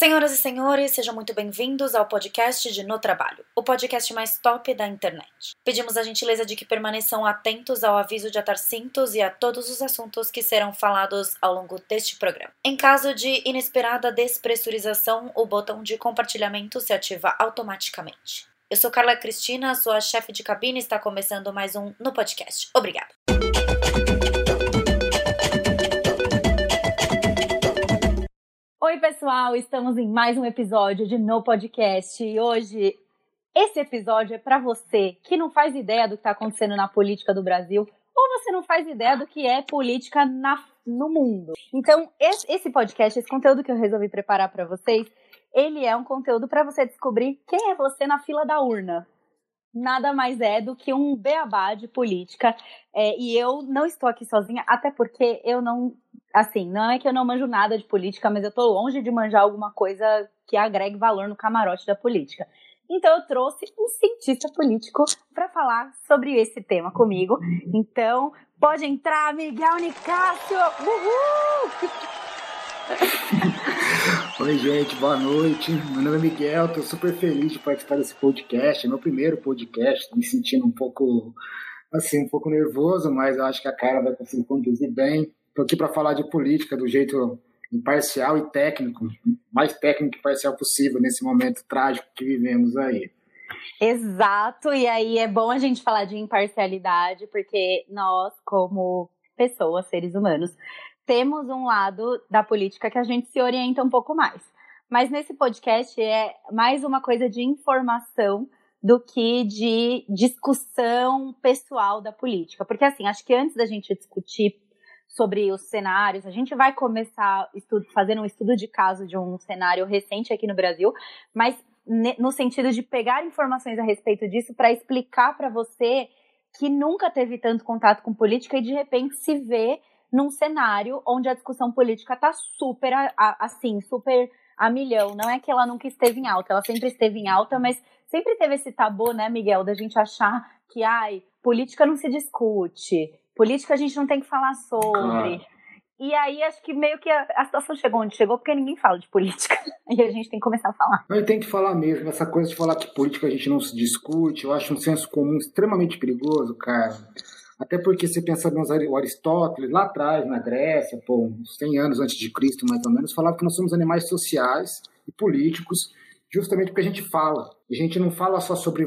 Senhoras e senhores, sejam muito bem-vindos ao podcast de No Trabalho, o podcast mais top da internet. Pedimos a gentileza de que permaneçam atentos ao aviso de atar cintos e a todos os assuntos que serão falados ao longo deste programa. Em caso de inesperada despressurização, o botão de compartilhamento se ativa automaticamente. Eu sou Carla Cristina, sua chefe de cabine, e está começando mais um No Podcast. Obrigada. Oi, pessoal! Estamos em mais um episódio de No Podcast e hoje esse episódio é para você que não faz ideia do que está acontecendo na política do Brasil ou você não faz ideia do que é política no mundo. Então, esse podcast, esse conteúdo que eu resolvi preparar para vocês, ele é um conteúdo para você descobrir quem é você na fila da urna. Nada mais é do que um beabá de política. E eu não estou aqui sozinha, até porque eu não... Assim, não é que eu não manjo nada de política, mas eu tô longe de manjar alguma coisa que agregue valor no camarote da política. Então eu trouxe um cientista político para falar sobre esse tema comigo. Então, pode entrar, Miguel Nicásio! Uhul! Oi, gente, boa noite. Meu nome é Miguel, estou super feliz de participar desse podcast. É meu primeiro podcast, me sentindo um pouco nervoso, mas eu acho que a Cara vai conseguir conduzir bem. Estou aqui para falar de política do jeito imparcial e técnico, mais técnico e parcial possível nesse momento trágico que vivemos aí. Exato, e aí é bom a gente falar de imparcialidade, porque nós, como pessoas, seres humanos, temos um lado da política que a gente se orienta um pouco mais. Mas nesse podcast é mais uma coisa de informação do que de discussão pessoal da política. Porque assim, acho que antes da gente discutir sobre os cenários, a gente vai começar fazendo um estudo de caso de um cenário recente aqui no Brasil, mas no sentido de pegar informações a respeito disso para explicar para você que nunca teve tanto contato com política e de repente se vê num cenário onde a discussão política está super a milhão. Não é que ela nunca esteve em alta, ela sempre esteve em alta, mas sempre teve esse tabu, né, Miguel, da gente achar que, política não se discute, política a gente não tem que falar sobre. Claro. E aí acho que meio que a situação chegou onde chegou porque ninguém fala de política. E a gente tem que começar a falar. Mas tem que falar mesmo, essa coisa de falar que política a gente não se discute, eu acho um senso comum extremamente perigoso, cara. Até porque você pensa o Aristóteles, lá atrás, na Grécia, uns 100 anos antes de Cristo, mais ou menos, falava que nós somos animais sociais e políticos, justamente porque a gente fala. A gente não fala só sobre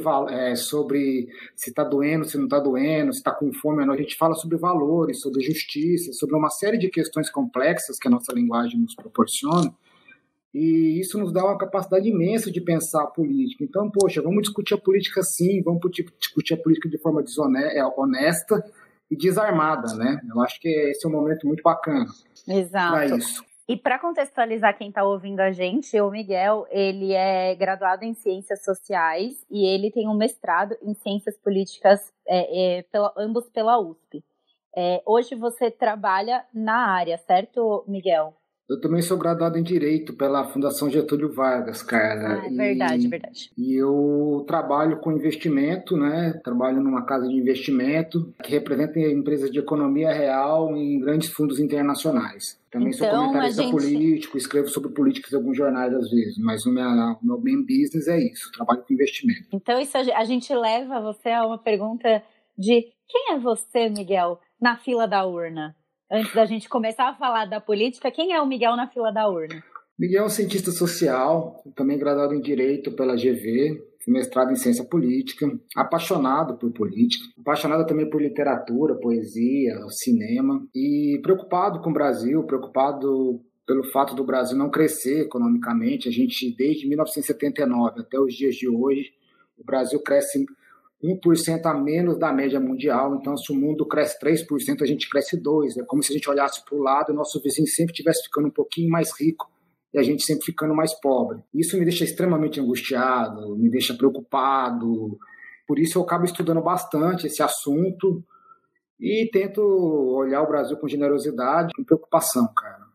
se está doendo, se não está doendo, se está com fome ou não. A gente fala sobre valores, sobre justiça, sobre uma série de questões complexas que a nossa linguagem nos proporciona. E isso nos dá uma capacidade imensa de pensar a política. Então, vamos discutir a política sim, vamos discutir a política de forma honesta e desarmada, né? Eu acho que esse é um momento muito bacana. Exato. Para isso. E para contextualizar quem está ouvindo a gente, o Miguel, ele é graduado em Ciências Sociais e ele tem um mestrado em Ciências Políticas, ambos pela USP. Hoje você trabalha na área, certo, Miguel? Eu também sou graduado em Direito pela Fundação Getúlio Vargas, cara. Verdade. E eu trabalho com investimento, né? Trabalho numa casa de investimento que representa empresas de economia real em grandes fundos internacionais. Também sou comentarista político, escrevo sobre políticas em alguns jornais às vezes, mas o meu main business é isso, trabalho com investimento. Então isso a gente leva você a uma pergunta de quem é você, Miguel, na fila da urna? Antes da gente começar a falar da política, quem é o Miguel na fila da urna? Miguel é um cientista social, também graduado em Direito pela GV, mestrado em Ciência Política, apaixonado por política, apaixonado também por literatura, poesia, cinema e preocupado com o Brasil, preocupado pelo fato do Brasil não crescer economicamente. A gente, desde 1979 até os dias de hoje, o Brasil cresce 1% a menos da média mundial, então se o mundo cresce 3%, a gente cresce 2%. É como se a gente olhasse para o lado e o nosso vizinho sempre estivesse ficando um pouquinho mais rico e a gente sempre ficando mais pobre. Isso me deixa extremamente angustiado, me deixa preocupado. Por isso eu acabo estudando bastante esse assunto e tento olhar o Brasil com generosidade, com preocupação, cara.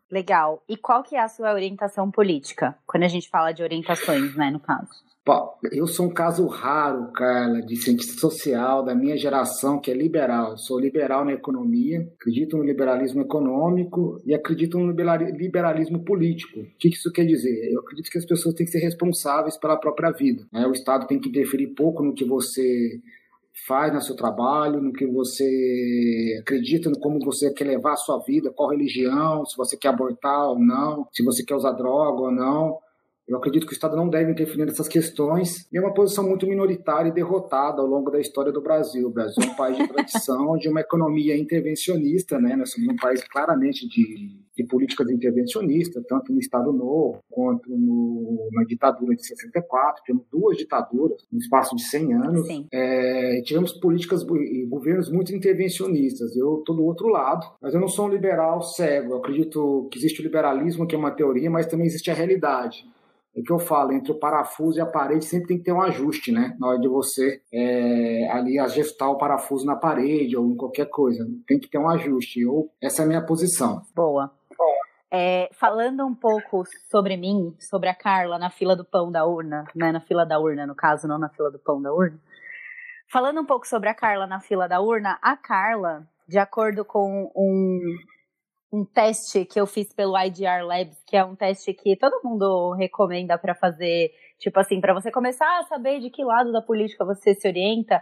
Legal. E qual que é a sua orientação política? Quando a gente fala de orientações, né, no caso. Eu sou um caso raro, Carla, de cientista social da minha geração que é liberal. Sou liberal na economia, acredito no liberalismo econômico e acredito no liberalismo político. O que isso quer dizer? Eu acredito que as pessoas têm que ser responsáveis pela própria vida, né? O Estado tem que interferir pouco no que você faz no seu trabalho, no que você acredita, no como você quer levar a sua vida, qual religião, se você quer abortar ou não, se você quer usar droga ou não. Eu acredito que o Estado não deve interferir nessas questões e é uma posição muito minoritária e derrotada ao longo da história do Brasil. O Brasil é um país de tradição de uma economia intervencionista, né? Nós somos um país claramente de políticas intervencionistas, tanto no Estado Novo quanto na ditadura de 64. Tivemos 2 ditaduras no espaço de 100 anos. Tivemos políticas e governos muito intervencionistas. Eu estou do outro lado, mas eu não sou um liberal cego. Eu acredito que existe o liberalismo, que é uma teoria, mas também existe a realidade. É que eu falo, entre o parafuso e a parede sempre tem que ter um ajuste, né? Na hora de você ali ajustar o parafuso na parede ou em qualquer coisa. Tem que ter um ajuste. Essa é a minha posição. Boa. Falando um pouco sobre mim, sobre a Carla na fila do pão da urna, né? Na fila da urna, no caso, não na fila do pão da urna. Falando um pouco sobre a Carla na fila da urna, a Carla, de acordo com um teste que eu fiz pelo IDR Labs, que é um teste que todo mundo recomenda para fazer, tipo assim, para você começar a saber de que lado da política você se orienta,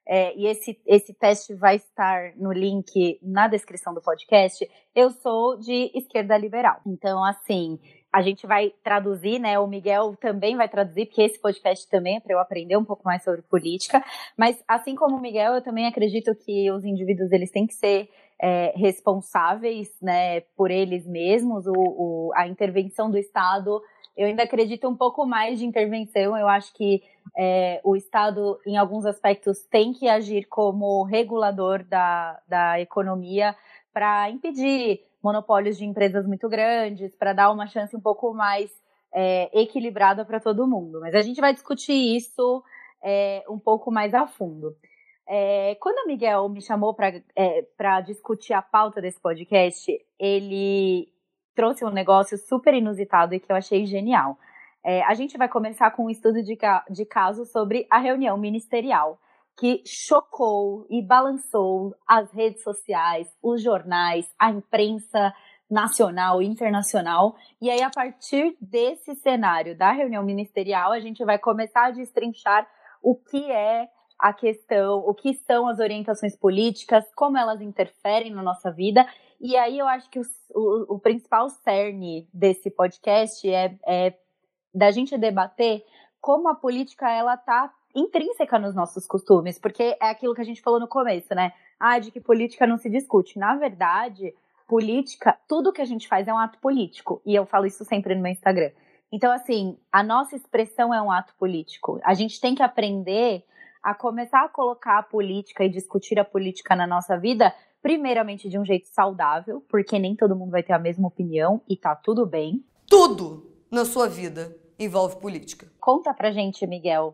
e esse teste vai estar no link na descrição do podcast. Eu sou de esquerda liberal. Então, assim, a gente vai traduzir, né? O Miguel também vai traduzir, porque esse podcast também é para eu aprender um pouco mais sobre política. Mas, assim como o Miguel, eu também acredito que os indivíduos, eles têm que ser responsáveis, né, por eles mesmos. A intervenção do Estado, eu ainda acredito um pouco mais de intervenção. Eu acho que o Estado, em alguns aspectos, tem que agir como regulador da economia para impedir monopólios de empresas muito grandes, para dar uma chance um pouco mais equilibrada para todo mundo. Mas a gente vai discutir isso um pouco mais a fundo. Quando o Miguel me chamou para discutir a pauta desse podcast, ele trouxe um negócio super inusitado e que eu achei genial. A gente vai começar com um estudo de caso sobre a reunião ministerial, que chocou e balançou as redes sociais, os jornais, a imprensa nacional e internacional. E aí, a partir desse cenário da reunião ministerial, a gente vai começar a destrinchar o que é a questão, o que são as orientações políticas, como elas interferem na nossa vida. E aí eu acho que o principal cerne desse podcast é da gente debater como a política ela tá intrínseca nos nossos costumes, porque é aquilo que a gente falou no começo, né? De que política não se discute. Na verdade, política, tudo que a gente faz é um ato político, e eu falo isso sempre no meu Instagram. Então, assim, a nossa expressão é um ato político. A gente tem que aprender a começar a colocar a política e discutir a política na nossa vida, primeiramente de um jeito saudável, porque nem todo mundo vai ter a mesma opinião e tá tudo bem. Tudo na sua vida envolve política. Conta pra gente, Miguel,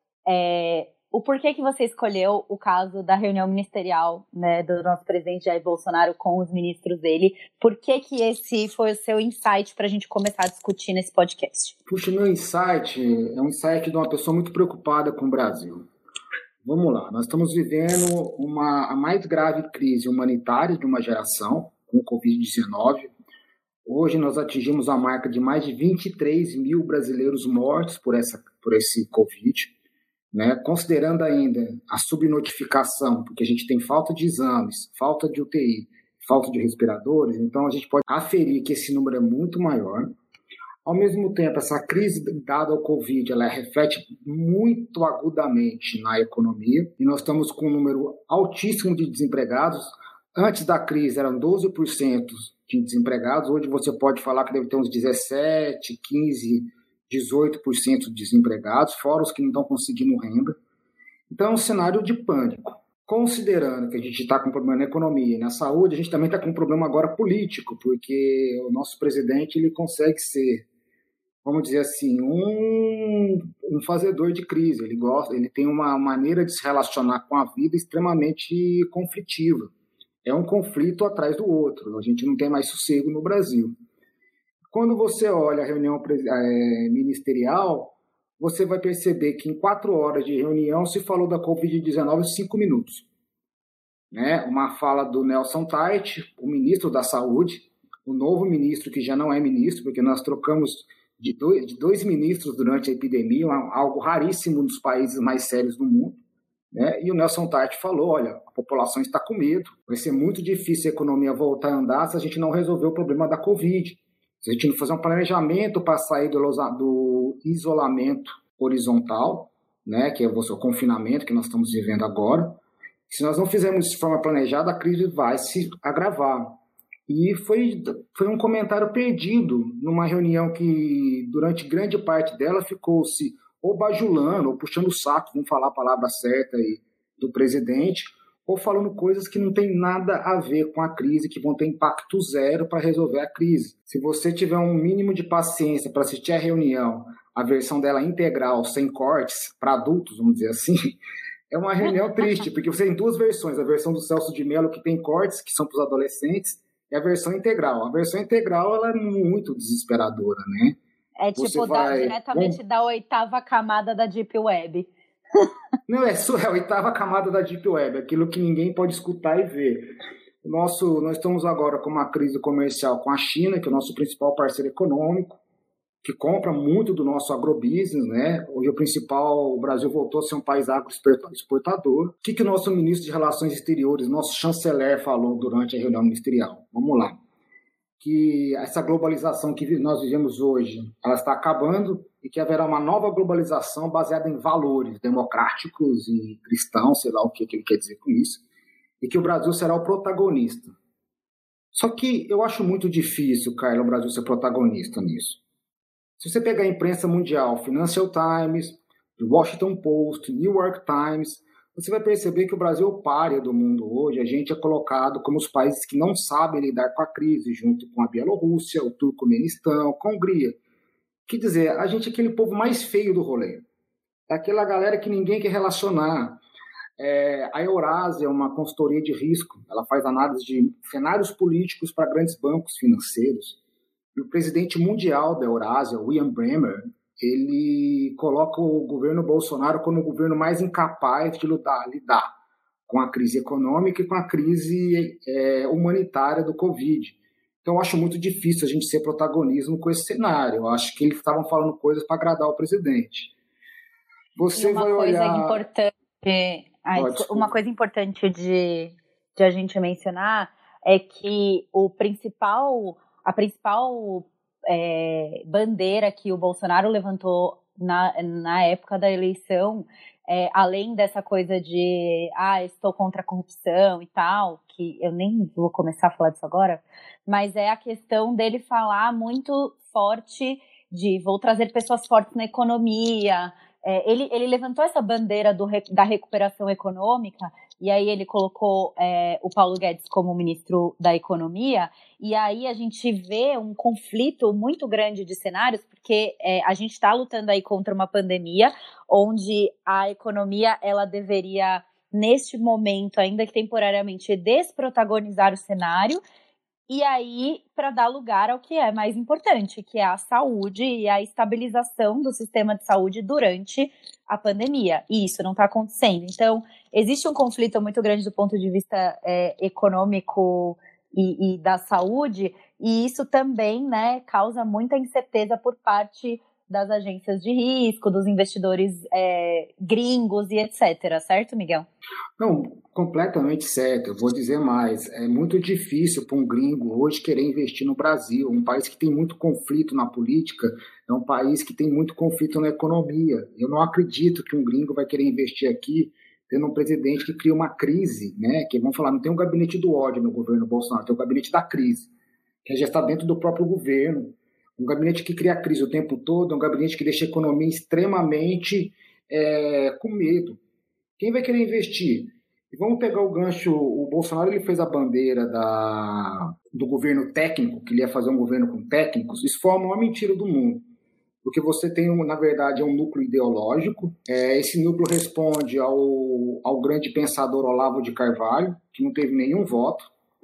o porquê que você escolheu o caso da reunião ministerial, né, do nosso presidente Jair Bolsonaro com os ministros dele. Por que esse foi o seu insight pra gente começar a discutir nesse podcast? Puxa, meu insight é um insight de uma pessoa muito preocupada com o Brasil. Vamos lá, nós estamos vivendo a mais grave crise humanitária de uma geração, com o Covid-19. Hoje nós atingimos a marca de mais de 23 mil brasileiros mortos por esse Covid, né? Considerando ainda a subnotificação, porque a gente tem falta de exames, falta de UTI, falta de respiradores, então a gente pode aferir que esse número é muito maior. Ao mesmo tempo, essa crise dada ao Covid, ela reflete muito agudamente na economia e nós estamos com um número altíssimo de desempregados. Antes da crise eram 12% de desempregados, hoje você pode falar que deve ter uns 17, 15, 18% de desempregados, fora os que não estão conseguindo renda. Então é um cenário de pânico. Considerando que a gente está com um problema na economia e na saúde, a gente também está com um problema agora político, porque o nosso presidente ele consegue ser, vamos dizer assim, um fazedor de crise. Ele tem uma maneira de se relacionar com a vida extremamente conflitiva. É um conflito atrás do outro. A gente não tem mais sossego no Brasil. Quando você olha a reunião ministerial, você vai perceber que em 4 horas de reunião se falou da Covid-19 em 5 minutos. Né? Uma fala do Nelson Tait, o ministro da Saúde, o novo ministro que já não é ministro, porque nós trocamos de dois ministros durante a epidemia, algo raríssimo nos países mais sérios do mundo. Né? E o Nelson Tait falou, olha, a população está com medo, vai ser muito difícil a economia voltar a andar se a gente não resolver o problema da Covid. Se a gente não fazer um planejamento para sair do isolamento horizontal, né, que é o confinamento que nós estamos vivendo agora, se nós não fizermos de forma planejada, a crise vai se agravar. E foi um comentário perdido numa reunião que, durante grande parte dela, ficou-se ou bajulando, ou puxando o saco, vamos falar a palavra certa aí, do presidente, ou falando coisas que não tem nada a ver com a crise, que vão ter impacto zero para resolver a crise. Se você tiver um mínimo de paciência para assistir a reunião, a versão dela integral, sem cortes, para adultos, vamos dizer assim, é uma reunião triste, porque você tem 2 versões, a versão do Celso de Mello, que tem cortes, que são para os adolescentes, e a versão integral. A versão integral ela é muito desesperadora, né? É tipo diretamente da 8ª camada da Deep Web. Não, é a 8ª camada da Deep Web, aquilo que ninguém pode escutar e ver. Nós estamos agora com uma crise comercial com a China, que é o nosso principal parceiro econômico, que compra muito do nosso agrobusiness, né? Hoje o Brasil voltou a ser um país agroexportador. O que o nosso ministro de Relações Exteriores, nosso chanceler, falou durante a reunião ministerial? Vamos lá. Que essa globalização que nós vivemos hoje, ela está acabando e que haverá uma nova globalização baseada em valores democráticos e cristãos, sei lá o que ele quer dizer com isso, e que o Brasil será o protagonista. Só que eu acho muito difícil, Carla, o Brasil ser protagonista nisso. Se você pegar a imprensa mundial, Financial Times, Washington Post, New York Times, você vai perceber que o Brasil é o pária do mundo hoje. A gente é colocado como os países que não sabem lidar com a crise, junto com a Bielorrússia, o Turcomenistão, com a Hungria. Quer dizer, a gente é aquele povo mais feio do rolê. É aquela galera que ninguém quer relacionar. A Eurásia é uma consultoria de risco. Ela faz análise de cenários políticos para grandes bancos financeiros. E o presidente mundial da Eurásia, William Bremer, ele coloca o governo Bolsonaro como o governo mais incapaz de lidar com a crise econômica e com a crise humanitária do Covid. Então, eu acho muito difícil a gente ser protagonismo com esse cenário. Eu acho que eles estavam falando coisas para agradar o presidente. Você vai olhar... Uma coisa importante de a gente mencionar é que a principal bandeira que o Bolsonaro levantou na época da eleição, além dessa coisa de estou contra a corrupção e tal, que eu nem vou começar a falar disso agora, mas é a questão dele falar muito forte de vou trazer pessoas fortes na economia. Ele levantou essa bandeira da recuperação econômica, e aí ele colocou o Paulo Guedes como ministro da Economia, e aí a gente vê um conflito muito grande de cenários, porque a gente está lutando aí contra uma pandemia, onde a economia ela deveria, neste momento, ainda que temporariamente, desprotagonizar o cenário, e aí para dar lugar ao que é mais importante, que é a saúde e a estabilização do sistema de saúde durante a pandemia, e isso não está acontecendo. Então, existe um conflito muito grande do ponto de vista econômico e da saúde, e isso também, né, causa muita incerteza por parte das agências de risco, dos investidores gringos e etc. Certo, Miguel? Não, completamente certo. Eu vou dizer mais. É muito difícil para um gringo hoje querer investir no Brasil, um país que tem muito conflito na política, é um país que tem muito conflito na economia. Eu não acredito que um gringo vai querer investir aqui tendo um presidente que cria uma crise, né? Que vamos falar, não tem um gabinete do ódio no governo Bolsonaro, tem um gabinete da crise, que já está dentro do próprio governo. Um gabinete que cria crise o tempo todo, um gabinete que deixa a economia extremamente com medo. Quem vai querer investir? E vamos pegar o gancho, o Bolsonaro ele fez a bandeira do governo técnico, que ele ia fazer um governo com técnicos. Isso foi a maior mentira do mundo. Porque você tem, na verdade, um núcleo ideológico. Esse núcleo responde ao grande pensador Olavo de Carvalho, que não teve nenhum voto.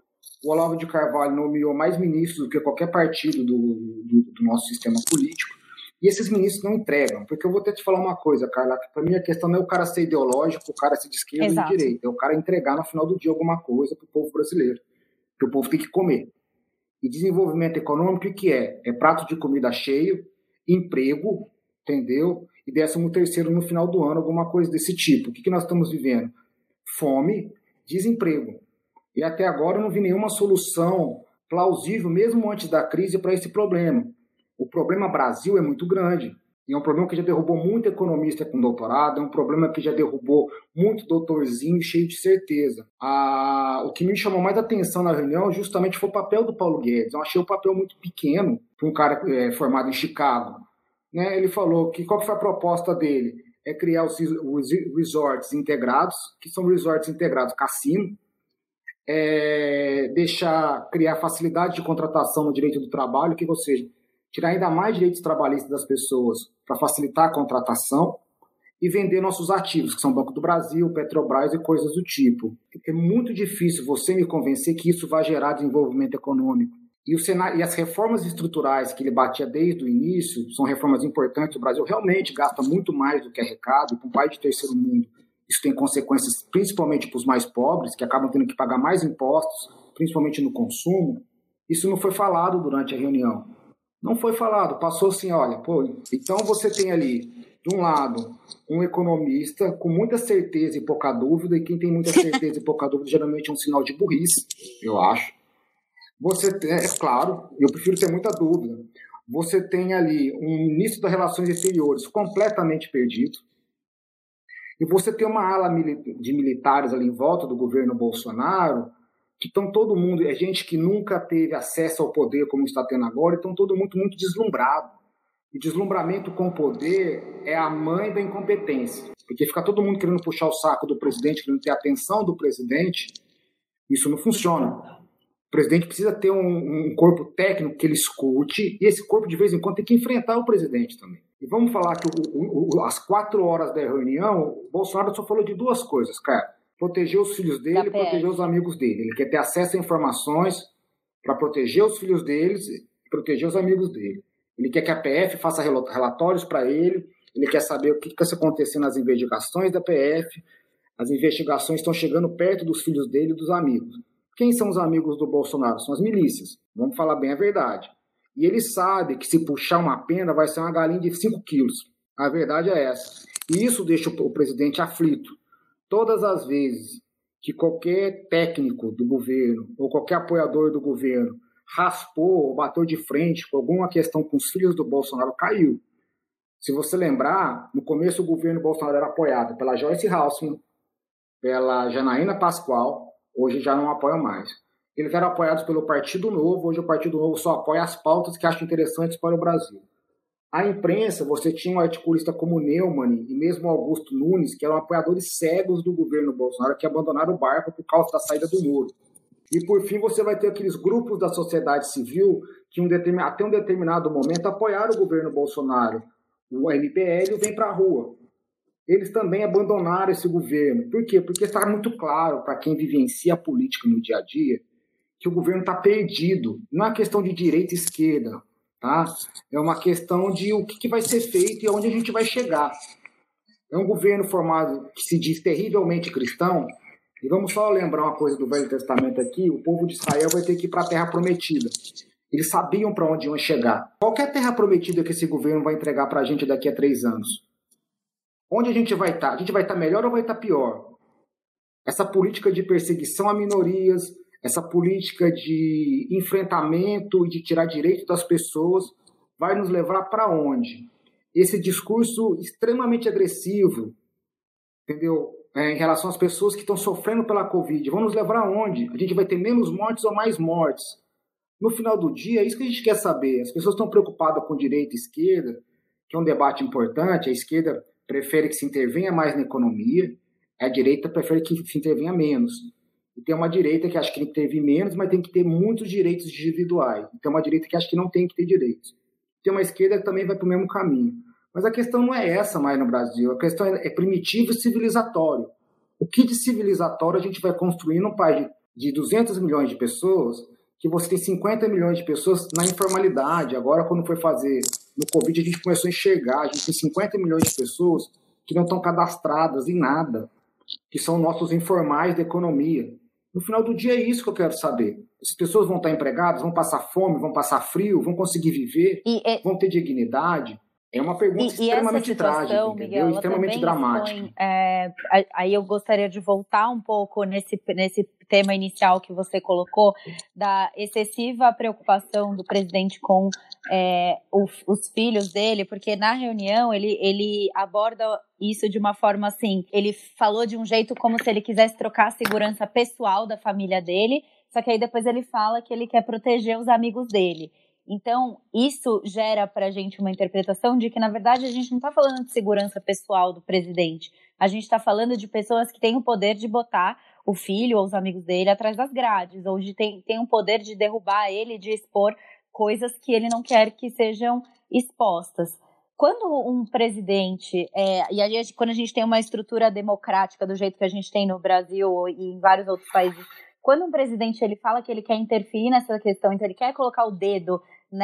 O Olavo de Carvalho nomeou mais ministros do que qualquer partido do nosso sistema político. E esses ministros não entregam. Porque eu vou ter que te falar uma coisa, Carla. Para mim, a questão não é o cara ser ideológico, o cara ser de esquerda ou de direita. É o cara entregar no final do dia alguma coisa para o povo brasileiro. Que o povo tem que comer. E desenvolvimento econômico, o que é? É prato de comida cheio, emprego, entendeu? E 13º no final do ano, alguma coisa desse tipo. O que nós estamos vivendo? Fome, desemprego. E até agora eu não vi nenhuma solução plausível, mesmo antes da crise, para esse problema. O problema Brasil é muito grande. E é um problema que já derrubou muito economista com doutorado, é um problema que já derrubou muito doutorzinho cheio de certeza. O que me chamou mais atenção na reunião justamente foi o papel do Paulo Guedes. Eu achei o papel muito pequeno para um cara formado em Chicago. Né? Ele falou que qual que foi a proposta dele? É criar os resorts integrados, que são resorts integrados, cassino, criar facilidade de contratação no direito do trabalho, ou seja, tirar ainda mais direitos trabalhistas das pessoas para facilitar a contratação e vender nossos ativos, que são Banco do Brasil, Petrobras e coisas do tipo. É muito difícil você me convencer que isso vai gerar desenvolvimento econômico. E as reformas estruturais que ele batia desde o início são reformas importantes. O Brasil realmente gasta muito mais do que arrecada, e para um país de terceiro mundo isso tem consequências principalmente para os mais pobres, que acabam tendo que pagar mais impostos, principalmente no consumo. Isso não foi falado durante a reunião. Não foi falado, passou assim, olha, então você tem ali, de um lado, um economista com muita certeza e pouca dúvida, e quem tem muita certeza e pouca dúvida geralmente é um sinal de burrice, eu acho. Claro, eu prefiro ter muita dúvida. Você tem ali um ministro das Relações Exteriores completamente perdido, e você tem uma ala de militares ali em volta do governo Bolsonaro, que estão todo mundo, é gente que nunca teve acesso ao poder como está tendo agora, então todo mundo muito deslumbrado. E deslumbramento com poder é a mãe da incompetência, porque fica todo mundo querendo puxar o saco do presidente, querendo ter a atenção do presidente, isso não funciona. O presidente precisa ter um corpo técnico que ele escute, e esse corpo de vez em quando tem que enfrentar o presidente também. E vamos falar que às 4 horas da reunião, o Bolsonaro só falou de 2 coisas, cara. Proteger os filhos dele e proteger os amigos dele. Ele quer ter acesso a informações para proteger os filhos deles e proteger os amigos dele. Ele quer que a PF faça relatórios para ele, ele quer saber o que está acontecendo nas investigações da PF, as investigações estão chegando perto dos filhos dele e dos amigos. Quem são os amigos do Bolsonaro? São as milícias, vamos falar bem a verdade. E ele sabe que se puxar uma pena vai ser uma galinha de 5 quilos. A verdade é essa. E isso deixa o presidente aflito. Todas as vezes que qualquer técnico do governo ou qualquer apoiador do governo raspou ou bateu de frente com alguma questão com os filhos do Bolsonaro, caiu. Se você lembrar, no começo o governo Bolsonaro era apoiado pela Joyce Hasselmann, pela Janaína Pascoal, hoje já não apoiam mais. Eles eram apoiados pelo Partido Novo, hoje o Partido Novo só apoia as pautas que acha interessantes para o Brasil. A imprensa, você tinha um articulista como Neumann e mesmo Augusto Nunes, que eram apoiadores cegos do governo Bolsonaro, que abandonaram o barco por causa da saída do Moro. E, por fim, você vai ter aqueles grupos da sociedade civil que, até um determinado momento, apoiaram o governo Bolsonaro. O MBL vem para a rua. Eles também abandonaram esse governo. Por quê? Porque está muito claro para quem vivencia a política no dia a dia que o governo está perdido. Não é questão de direita e esquerda. Tá? É uma questão de o que vai ser feito e aonde a gente vai chegar. É um governo formado que se diz terrivelmente cristão, e vamos só lembrar uma coisa do Velho Testamento aqui, o povo de Israel vai ter que ir para a Terra Prometida. Eles sabiam para onde iam chegar. Qual é a Terra Prometida que esse governo vai entregar para a gente daqui a 3 anos? Onde a gente vai estar? A gente vai estar melhor ou vai estar pior? Essa política de perseguição a minorias, essa política de enfrentamento e de tirar direito das pessoas vai nos levar para onde? Esse discurso extremamente agressivo, entendeu? Em relação às pessoas que estão sofrendo pela Covid, vão nos levar aonde? A gente vai ter menos mortes ou mais mortes? No final do dia, é isso que a gente quer saber. As pessoas estão preocupadas com direita e esquerda, que é um debate importante. A esquerda prefere que se intervenha mais na economia, a direita prefere que se intervenha menos. E tem uma direita que acha que tem que intervir menos, mas tem que ter muitos direitos individuais. E tem uma direita que acha que não tem que ter direitos. Tem uma esquerda que também vai para o mesmo caminho. Mas a questão não é essa mais no Brasil. A questão é primitivo e civilizatório. O que de civilizatório a gente vai construir num país de de 200 milhões de pessoas, que você tem 50 milhões de pessoas na informalidade. Agora, quando foi fazer no Covid, a gente começou a enxergar, a gente tem 50 milhões de pessoas que não estão cadastradas em nada, que são nossos informais da economia. No final do dia é isso que eu quero saber. Essas pessoas vão estar empregadas, vão passar fome, vão passar frio, vão conseguir viver, vão ter dignidade? É uma pergunta extremamente trágica, entendeu? Miguel, extremamente dramática. Aí eu gostaria de voltar um pouco nesse tema inicial que você colocou, da excessiva preocupação do presidente com os filhos dele, porque na reunião ele aborda isso de uma forma assim, ele falou de um jeito como se ele quisesse trocar a segurança pessoal da família dele, só que aí depois ele fala que ele quer proteger os amigos dele. Então, isso gera para a gente uma interpretação de que, na verdade, a gente não está falando de segurança pessoal do presidente. A gente está falando de pessoas que têm o poder de botar o filho ou os amigos dele atrás das grades, ou tem o poder de derrubar ele, de expor coisas que ele não quer que sejam expostas. Quando um presidente, e aí quando a gente tem uma estrutura democrática do jeito que a gente tem no Brasil e em vários outros países, quando um presidente ele fala que ele quer interferir nessa questão, então ele quer colocar o dedo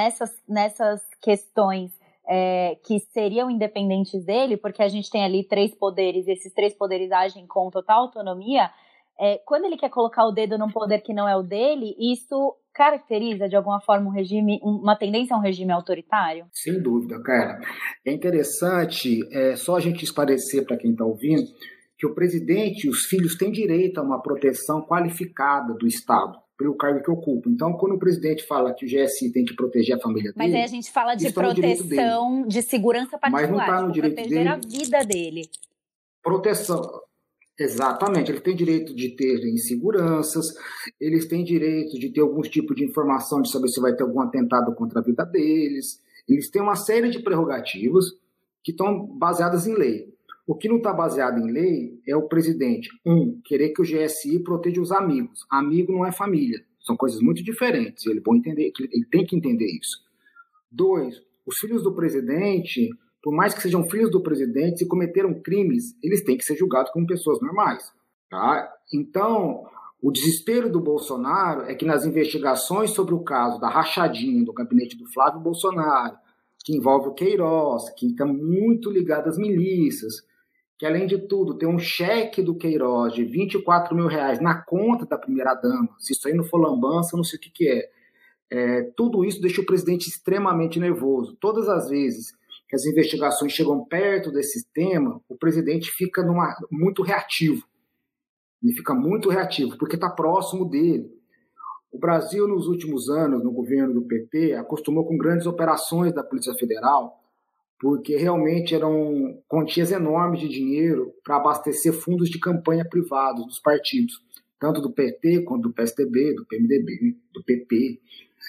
nessas questões que seriam independentes dele, porque a gente tem ali 3 poderes, e esses 3 poderes agem com total autonomia, quando ele quer colocar o dedo num poder que não é o dele, isso caracteriza de alguma forma um regime, uma tendência a um regime autoritário? Sem dúvida, cara. É interessante, só a gente esclarecer para quem está ouvindo, que o presidente e os filhos têm direito a uma proteção qualificada do Estado, pelo cargo que ocupa. Então, quando o presidente fala que o GSI tem que proteger a família dele... Mas aí a gente fala de proteção, de segurança particular, mas não está no direito proteger dele. A vida dele. Proteção, exatamente. Eles têm direito de ter inseguranças, eles têm direito de ter algum tipo de informação, de saber se vai ter algum atentado contra a vida deles. Eles têm uma série de prerrogativas que estão baseadas em lei. O que não está baseado em lei é o presidente, querer que o GSI proteja os amigos. Amigo não é família. São coisas muito diferentes. Ele tem que entender isso. 2, os filhos do presidente, por mais que sejam filhos do presidente, se cometeram crimes, eles têm que ser julgados como pessoas normais. Tá? Então, o desespero do Bolsonaro é que nas investigações sobre o caso da rachadinha do gabinete do Flávio Bolsonaro, que envolve o Queiroz, que está muito ligado às milícias, que, além de tudo, tem um cheque do Queiroz de R$24 mil na conta da primeira-dama. Se isso aí não for lambança, eu não sei o que é. Tudo isso deixa o presidente extremamente nervoso. Todas as vezes que as investigações chegam perto desse tema, o presidente fica muito reativo. Ele fica muito reativo, porque está próximo dele. O Brasil, nos últimos anos, no governo do PT, acostumou com grandes operações da Polícia Federal, porque realmente eram quantias enormes de dinheiro para abastecer fundos de campanha privados dos partidos, tanto do PT quanto do PSDB, do PMDB, do PP.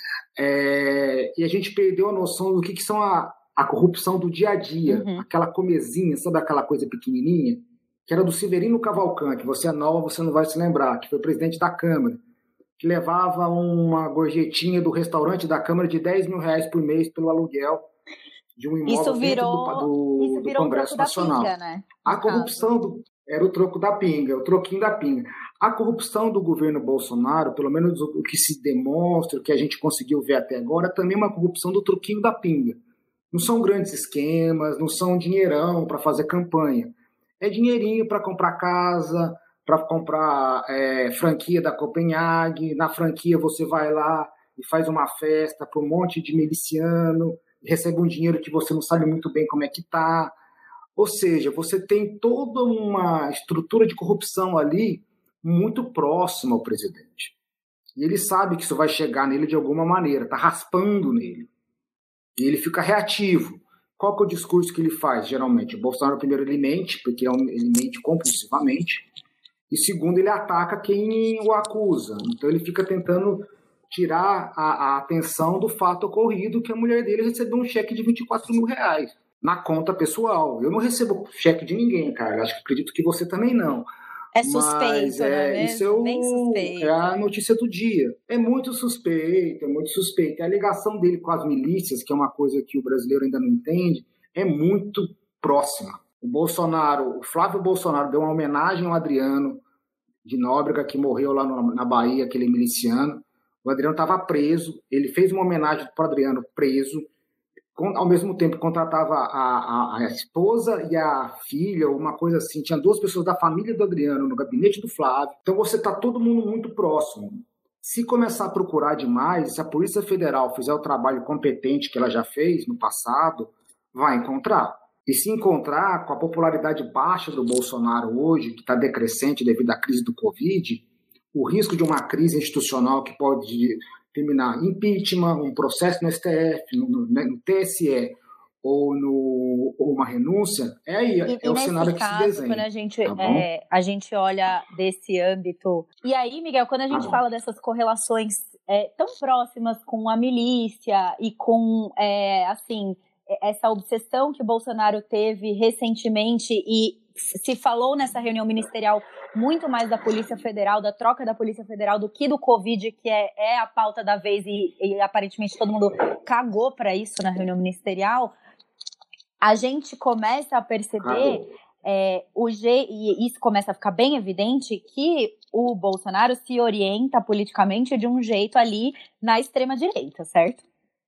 E a gente perdeu a noção do que são a corrupção do dia a dia, aquela comezinha, sabe aquela coisa pequenininha, que era do Severino Cavalcante, você é nova, você não vai se lembrar, que foi presidente da Câmara, que levava uma gorjetinha do restaurante da Câmara de R$10 mil por mês pelo aluguel de um imóvel do Congresso Nacional. Pinga, né? A corrupção era o troco da pinga, o troquinho da pinga. A corrupção do governo Bolsonaro, pelo menos o que se demonstra, o que a gente conseguiu ver até agora, é também uma corrupção do troquinho da pinga. Não são grandes esquemas, não são dinheirão para fazer campanha. É dinheirinho para comprar casa, para comprar franquia da Copenhague. Na franquia você vai lá e faz uma festa para um monte de miliciano, recebe um dinheiro que você não sabe muito bem como é que está. Ou seja, você tem toda uma estrutura de corrupção ali muito próxima ao presidente. E ele sabe que isso vai chegar nele de alguma maneira, está raspando nele. E ele fica reativo. Qual que é o discurso que ele faz, geralmente? O Bolsonaro, primeiro, ele mente, porque ele mente compulsivamente. E, segundo, ele ataca quem o acusa. Então, ele fica tentando tirar a atenção do fato ocorrido que a mulher dele recebeu um cheque de R$24 mil na conta pessoal. Eu não recebo cheque de ninguém, cara. Acredito que você também não. É suspeito, mas, né? Isso bem suspeito. É a notícia do dia. É muito suspeito, é muito suspeito. A ligação dele com as milícias, que é uma coisa que o brasileiro ainda não entende, é muito próxima. O Flávio Bolsonaro deu uma homenagem ao Adriano, de Nóbrega, que morreu lá na Bahia, aquele miliciano. O Adriano estava preso, ele fez uma homenagem para o Adriano preso, ao mesmo tempo contratava a esposa e a filha, uma coisa assim, tinha 2 pessoas da família do Adriano no gabinete do Flávio. Então você está todo mundo muito próximo. Se começar a procurar demais, se a Polícia Federal fizer o trabalho competente que ela já fez no passado, vai encontrar. E se encontrar com a popularidade baixa do Bolsonaro hoje, que está decrescente devido à crise do Covid, o risco de uma crise institucional que pode terminar impeachment, um processo no STF, no TSE ou uma renúncia, é o cenário que se desenha. Quando a gente olha desse âmbito... E aí, Miguel, quando a gente fala dessas correlações tão próximas com a milícia e com, essa obsessão que o Bolsonaro teve recentemente e se falou nessa reunião ministerial muito mais da Polícia Federal, da troca da Polícia Federal, do que do Covid, que é a pauta da vez e aparentemente todo mundo cagou para isso na reunião ministerial, a gente começa a perceber, e isso começa a ficar bem evidente, que o Bolsonaro se orienta politicamente de um jeito ali na extrema-direita, certo?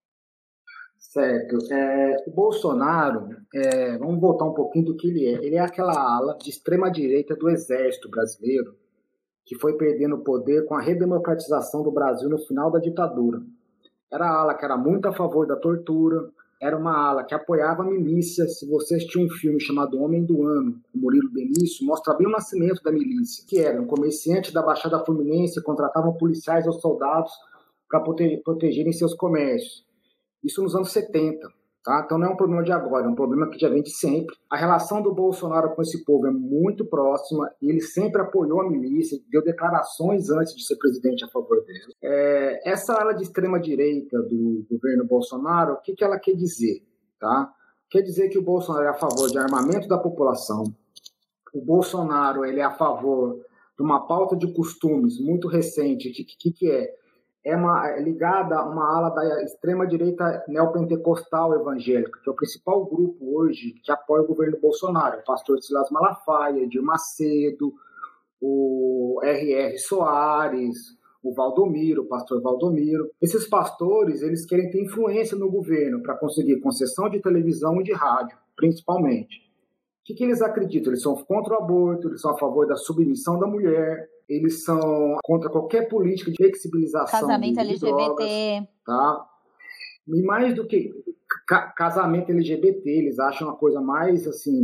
Certo. O Bolsonaro, vamos voltar um pouquinho do que ele é. Ele é aquela ala de extrema-direita do Exército brasileiro que foi perdendo o poder com a redemocratização do Brasil no final da ditadura. Era a ala que era muito a favor da tortura, era uma ala que apoiava a milícia. Se você assistir um filme chamado Homem do Ano, com Murilo Benício, mostra bem o nascimento da milícia, que eram comerciantes da Baixada Fluminense, contratavam policiais ou soldados para protegerem seus comércios. Isso nos anos 70, tá? Então não é um problema de agora, é um problema que já vem de sempre. A relação do Bolsonaro com esse povo é muito próxima, e ele sempre apoiou a milícia, deu declarações antes de ser presidente a favor dela. Essa ala de extrema-direita do governo Bolsonaro, o que ela quer dizer? Tá? Quer dizer que o Bolsonaro é a favor de armamento da população, o Bolsonaro ele é a favor de uma pauta de costumes muito recente, que é ligada a uma ala da extrema-direita neopentecostal evangélica, que é o principal grupo hoje que apoia o governo Bolsonaro. O pastor Silas Malafaia, Edir Macedo, o R.R. Soares, o pastor Valdomiro. Esses pastores, eles querem ter influência no governo para conseguir concessão de televisão e de rádio, principalmente. O que eles acreditam? Eles são contra o aborto, eles são a favor da submissão da mulher, eles são contra qualquer política de flexibilização casamento de LGBT. drogas, tá? E mais do que casamento LGBT, eles acham a coisa mais assim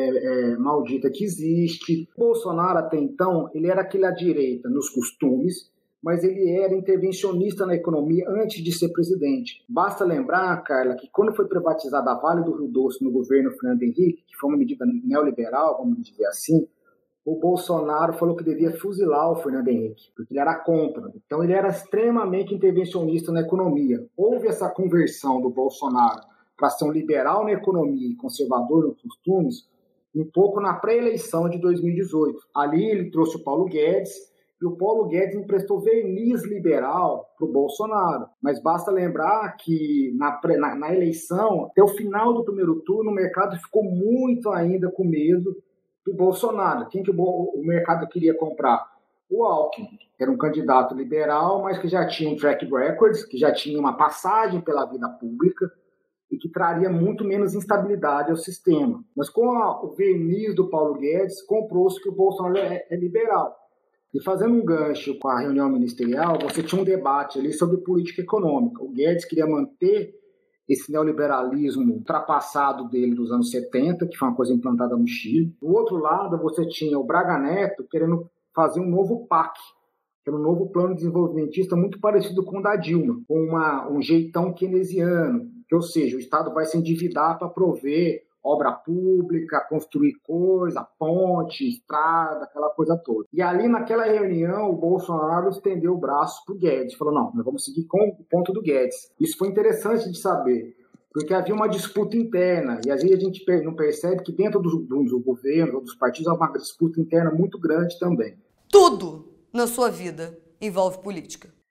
maldita que existe. O Bolsonaro até então, ele era aquele à direita nos costumes, mas ele era intervencionista na economia antes de ser presidente. Basta lembrar, Carla, que quando foi privatizada a Vale do Rio Doce no governo Fernando Henrique, que foi uma medida neoliberal, vamos dizer assim, o Bolsonaro falou que devia fuzilar o Fernando Henrique, porque ele era contra. Então ele era extremamente intervencionista na economia. Houve essa conversão do Bolsonaro para ser um liberal na economia e conservador nos costumes um pouco na pré-eleição de 2018. Ali ele trouxe o Paulo Guedes, e o Paulo Guedes emprestou verniz liberal para o Bolsonaro. Mas basta lembrar que na eleição, até o final do primeiro turno, o mercado ficou muito ainda com medo do Bolsonaro. Quem que o mercado queria comprar? O Alckmin, que era um candidato liberal, mas que já tinha um track record, que já tinha uma passagem pela vida pública e que traria muito menos instabilidade ao sistema. Mas com o verniz do Paulo Guedes, comprou-se que o Bolsonaro é liberal. E fazendo um gancho com a reunião ministerial, você tinha um debate ali sobre política econômica. O Guedes queria manter esse neoliberalismo ultrapassado dele dos anos 70, que foi uma coisa implantada no Chile. Do outro lado, você tinha o Braga Neto querendo fazer um novo PAC, que era um novo plano desenvolvimentista muito parecido com o da Dilma, com um jeitão keynesiano, que, ou seja, o Estado vai se endividar para prover obra pública, construir coisa, ponte, estrada, aquela coisa toda. E ali naquela reunião, o Bolsonaro estendeu o braço para o Guedes, falou, não, nós vamos seguir com o ponto do Guedes. Isso foi interessante de saber, porque havia uma disputa interna, e às vezes a gente não percebe que dentro do governo ou dos partidos há uma disputa interna muito grande também. Tudo na sua vida envolve política.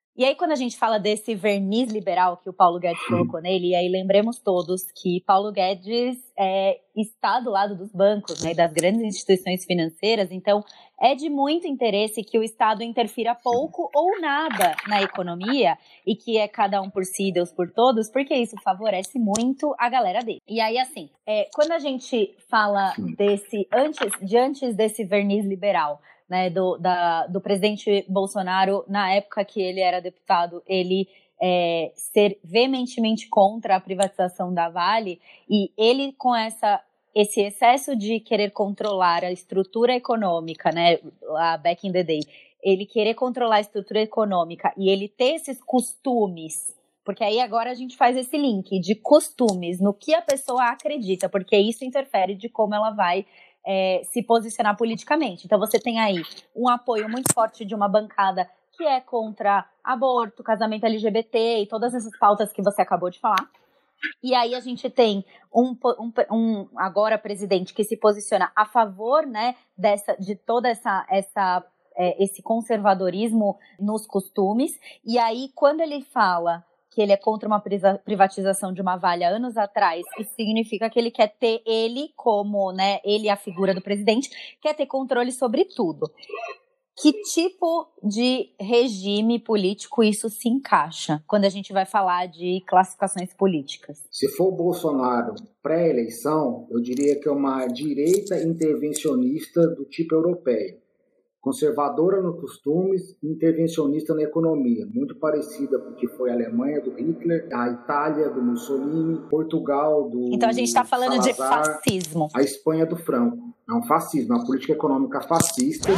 E aí, quando a gente fala desse verniz liberal que o Paulo Guedes colocou nele, e aí lembremos todos que Paulo Guedes está do lado dos bancos, né, das grandes instituições financeiras, então é de muito interesse que o Estado interfira pouco ou nada na economia e que é cada um por si, Deus por todos, porque isso favorece muito a galera dele. E aí, assim, quando a gente fala antes desse verniz liberal, né, do presidente Bolsonaro, na época que ele era deputado, ele ser veementemente contra a privatização da Vale, e ele com esse excesso de querer controlar a estrutura econômica, né, lá back in the day, ele querer controlar a estrutura econômica e ele ter esses costumes, porque aí agora a gente faz esse link de costumes, no que a pessoa acredita, porque isso interfere de como ela vai se posicionar politicamente. Então você tem aí um apoio muito forte de uma bancada que é contra aborto, casamento LGBT e todas essas pautas que você acabou de falar. E aí a gente tem um agora presidente que se posiciona a favor, né, de toda esse conservadorismo nos costumes. E aí quando ele fala que ele é contra uma privatização de uma Vale há anos atrás, isso significa que ele quer ter como, né, ele a figura do presidente, quer ter controle sobre tudo. Que tipo de regime político isso se encaixa quando a gente vai falar de classificações políticas? Se for o Bolsonaro pré-eleição, eu diria que é uma direita intervencionista do tipo europeia. Conservadora nos costumes, intervencionista na economia, muito parecida com o que foi a Alemanha do Hitler, a Itália do Mussolini, Portugal do Então a gente está falando Salazar, de fascismo. A Espanha do Franco. É um fascismo, uma política econômica fascista,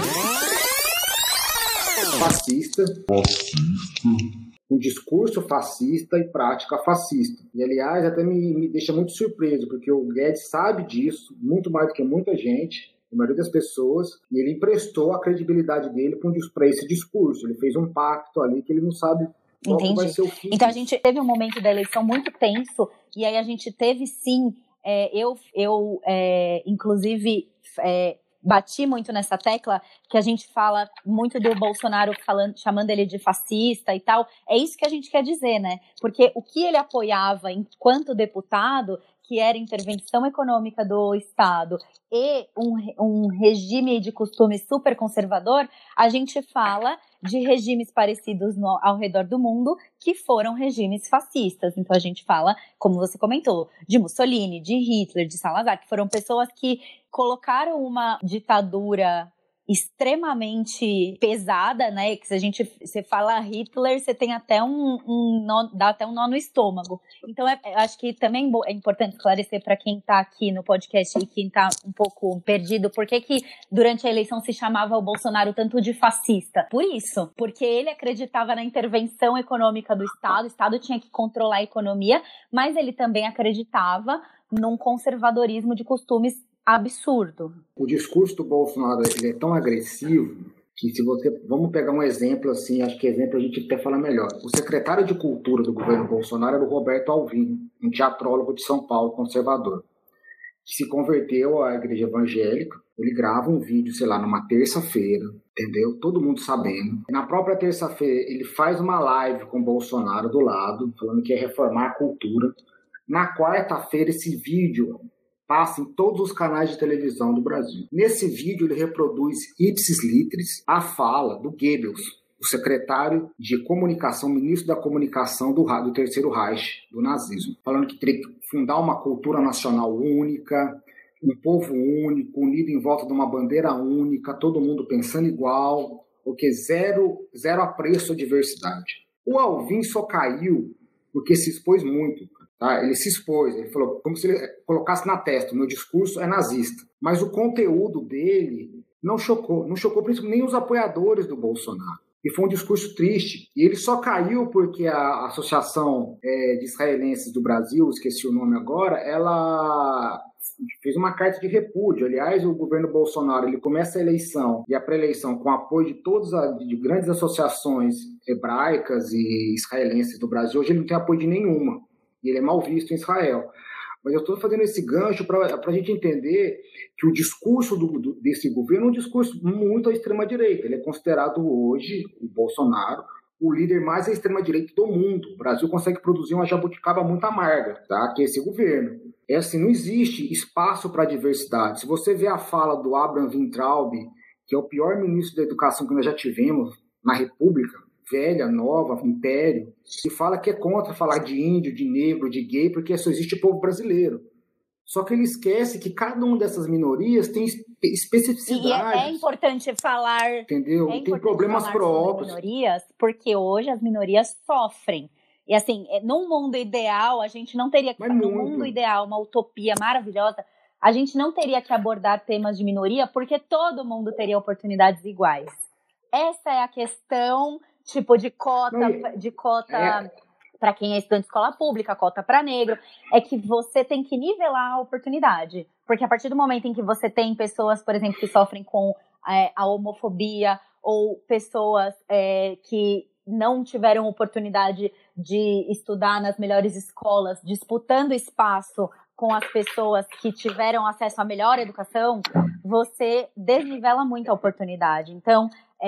um discurso fascista e prática fascista. E, aliás, até me deixa muito surpreso, porque o Guedes sabe disso, muito mais do que muita gente, a maioria das pessoas, e ele emprestou a credibilidade dele para esse discurso. Ele fez um pacto ali que ele não sabe qual que vai ser o fim. Então a gente teve um momento da eleição muito tenso, e aí a gente teve sim, inclusive bati muito nessa tecla, que a gente fala muito do Bolsonaro chamando ele de fascista e tal, é isso que a gente quer dizer, né? Porque o que ele apoiava enquanto deputado, que era intervenção econômica do Estado e um regime de costume super conservador, a gente fala de regimes parecidos ao redor do mundo que foram regimes fascistas. Então a gente fala, como você comentou, de Mussolini, de Hitler, de Salazar, que foram pessoas que colocaram uma ditadura extremamente pesada, né? Que se você fala Hitler, você tem até dá até um nó no estômago. Então, acho que também é importante esclarecer para quem está aqui no podcast e quem está um pouco perdido, por que durante a eleição se chamava o Bolsonaro tanto de fascista? Por isso, porque ele acreditava na intervenção econômica do Estado, o Estado tinha que controlar a economia, mas ele também acreditava num conservadorismo de costumes absurdo. O discurso do Bolsonaro ele é tão agressivo que vamos pegar um exemplo assim, acho que exemplo a gente até fala melhor. O secretário de Cultura do governo Bolsonaro era o Roberto Alvim, um teatrólogo de São Paulo, conservador, que se converteu à igreja evangélica. Ele grava um vídeo, sei lá, numa terça-feira, entendeu? Todo mundo sabendo. E na própria terça-feira ele faz uma live com o Bolsonaro do lado, falando que ia reformar a cultura. Na quarta-feira esse vídeo passa em todos os canais de televisão do Brasil. Nesse vídeo, ele reproduz ipsis litteris a fala do Goebbels, o secretário de comunicação, ministro da comunicação do Terceiro Reich, do nazismo, falando que teria que fundar uma cultura nacional única, um povo único, unido em volta de uma bandeira única, todo mundo pensando igual, porque zero apreço à diversidade. O Alvim só caiu porque se expôs muito. Tá? Ele se expôs, ele falou como se ele colocasse na testa, o meu discurso é nazista. Mas o conteúdo dele não chocou principalmente nem os apoiadores do Bolsonaro. E foi um discurso triste. E ele só caiu porque a Associação de Israelenses do Brasil, esqueci o nome agora, ela fez uma carta de repúdio. Aliás, o governo Bolsonaro ele começa a eleição e a pré-eleição com apoio de grandes associações hebraicas e israelenses do Brasil. Hoje ele não tem apoio de nenhuma. E ele é mal visto em Israel. Mas eu estou fazendo esse gancho para a gente entender que o discurso desse governo é um discurso muito à extrema-direita. Ele é considerado hoje, o Bolsonaro, o líder mais à extrema-direita do mundo. O Brasil consegue produzir uma jabuticaba muito amarga, tá? Que é esse governo. É assim, não existe espaço para diversidade. Se você vê a fala do Abraham Weintraub, que é o pior ministro da educação que nós já tivemos na República, velha, nova, império, que fala que é contra falar de índio, de negro, de gay, porque só existe povo brasileiro. Só que ele esquece que cada uma dessas minorias tem especificidades. E é importante falar, entendeu? Tem problemas próprios. Minorias, porque hoje as minorias sofrem. E assim, num mundo ideal, a gente não teria que... Num mundo ideal, uma utopia maravilhosa, a gente não teria que abordar temas de minoria, porque todo mundo teria oportunidades iguais. Essa é a questão, tipo, de cota... Para quem é estudante de escola pública, cota para negro, é que você tem que nivelar a oportunidade. Porque a partir do momento em que você tem pessoas, por exemplo, que sofrem com a homofobia, ou pessoas que não tiveram oportunidade de estudar nas melhores escolas, disputando espaço com as pessoas que tiveram acesso à melhor educação, você desnivela muito a oportunidade. Então,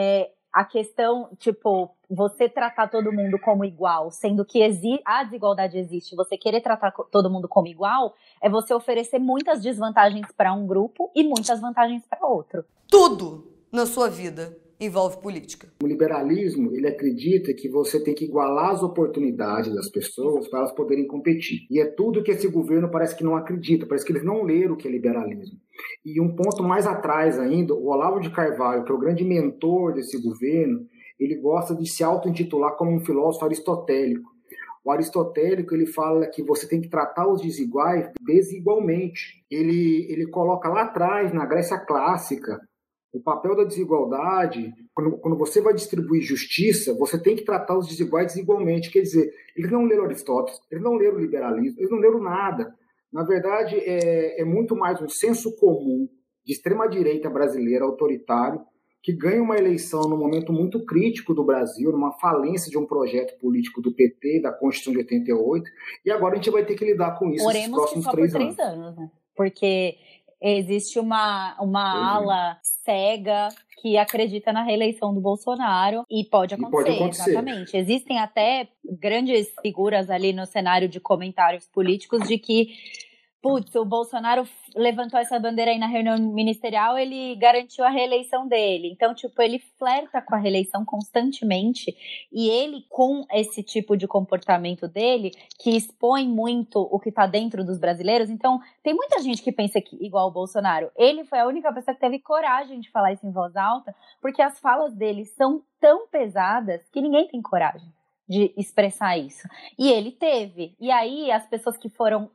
a questão, tipo, você tratar todo mundo como igual, sendo que a desigualdade existe, você querer tratar todo mundo como igual, é você oferecer muitas desvantagens para um grupo e muitas vantagens para outro. Tudo na sua vida envolve política. O liberalismo, ele acredita que você tem que igualar as oportunidades das pessoas para elas poderem competir. E é tudo que esse governo parece que não acredita, parece que eles não leram o que é liberalismo. E um ponto mais atrás ainda, o Olavo de Carvalho, que é o grande mentor desse governo, ele gosta de se auto-intitular como um filósofo aristotélico. O aristotélico, ele fala que você tem que tratar os desiguais desigualmente. Ele coloca lá atrás, na Grécia clássica, o papel da desigualdade, quando você vai distribuir justiça, você tem que tratar os desiguais desigualmente. Quer dizer, eles não leram Aristóteles, eles não leram liberalismo, eles não leram nada. Na verdade, é muito mais um senso comum de extrema-direita brasileira, autoritário, que ganha uma eleição num momento muito crítico do Brasil, numa falência de um projeto político do PT, da Constituição de 88, e agora a gente vai ter que lidar com isso nesses próximos 3 anos. Por 3 anos, né? Porque existe uma ala cega que acredita na reeleição do Bolsonaro e pode acontecer. Exatamente. Existem até grandes figuras ali no cenário de comentários políticos de que, putz, o Bolsonaro levantou essa bandeira aí na reunião ministerial, ele garantiu a reeleição dele. Então, tipo, ele flerta com a reeleição constantemente e ele, com esse tipo de comportamento dele, que expõe muito o que tá dentro dos brasileiros. Então, tem muita gente que pensa que, igual o Bolsonaro. Ele foi a única pessoa que teve coragem de falar isso em voz alta, porque as falas dele são tão pesadas que ninguém tem coragem de expressar isso. E ele teve. E aí, as pessoas que foram...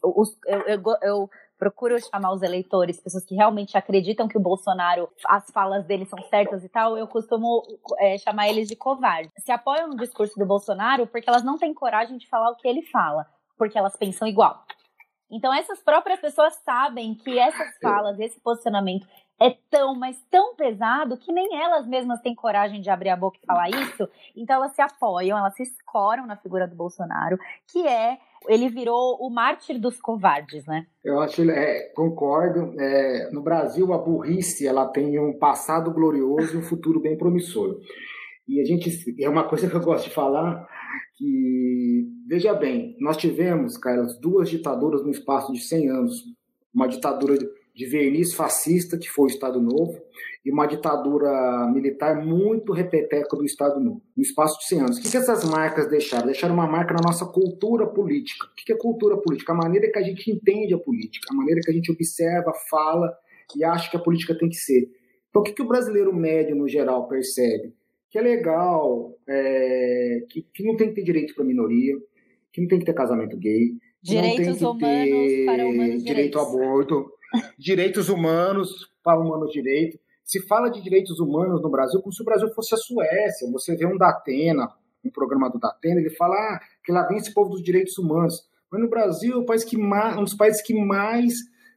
Eu procuro chamar os eleitores, pessoas que realmente acreditam que o Bolsonaro, as falas dele são certas e tal, eu costumo chamar eles de covardes. Se apoiam no discurso do Bolsonaro porque elas não têm coragem de falar o que ele fala, porque elas pensam igual. Então, essas próprias pessoas sabem que essas falas, esse posicionamento é tão, mas tão pesado que nem elas mesmas têm coragem de abrir a boca e falar isso. Então elas se apoiam, elas se escoram na figura do Bolsonaro, que ele virou o mártir dos covardes, né? Eu acho, concordo. No Brasil, a burrice, ela tem um passado glorioso e um futuro bem promissor. E a gente, é uma coisa que eu gosto de falar, que, veja bem, nós tivemos, Carlos, 2 ditaduras no espaço de 100 anos. Uma ditadura de verniz fascista, que foi o Estado Novo, e uma ditadura militar muito repeteca do Estado Novo, no espaço de 100 anos. O que essas marcas deixaram? Deixaram uma marca na nossa cultura política. O que é cultura política? A maneira que a gente entende a política, a maneira que a gente observa, fala e acha que a política tem que ser. Então, o que o brasileiro médio, no geral, percebe? Que é legal, que não tem que ter direito para minoria, que não tem que ter casamento gay, direitos não tem que ter para humanos direito ao aborto, direitos humanos para humanos direitos. Se fala de direitos humanos no Brasil como se o Brasil fosse a Suécia. Você vê um Datena, um programa do Datena, ele fala que lá vem esse povo dos direitos humanos. Mas no Brasil é um dos países que mais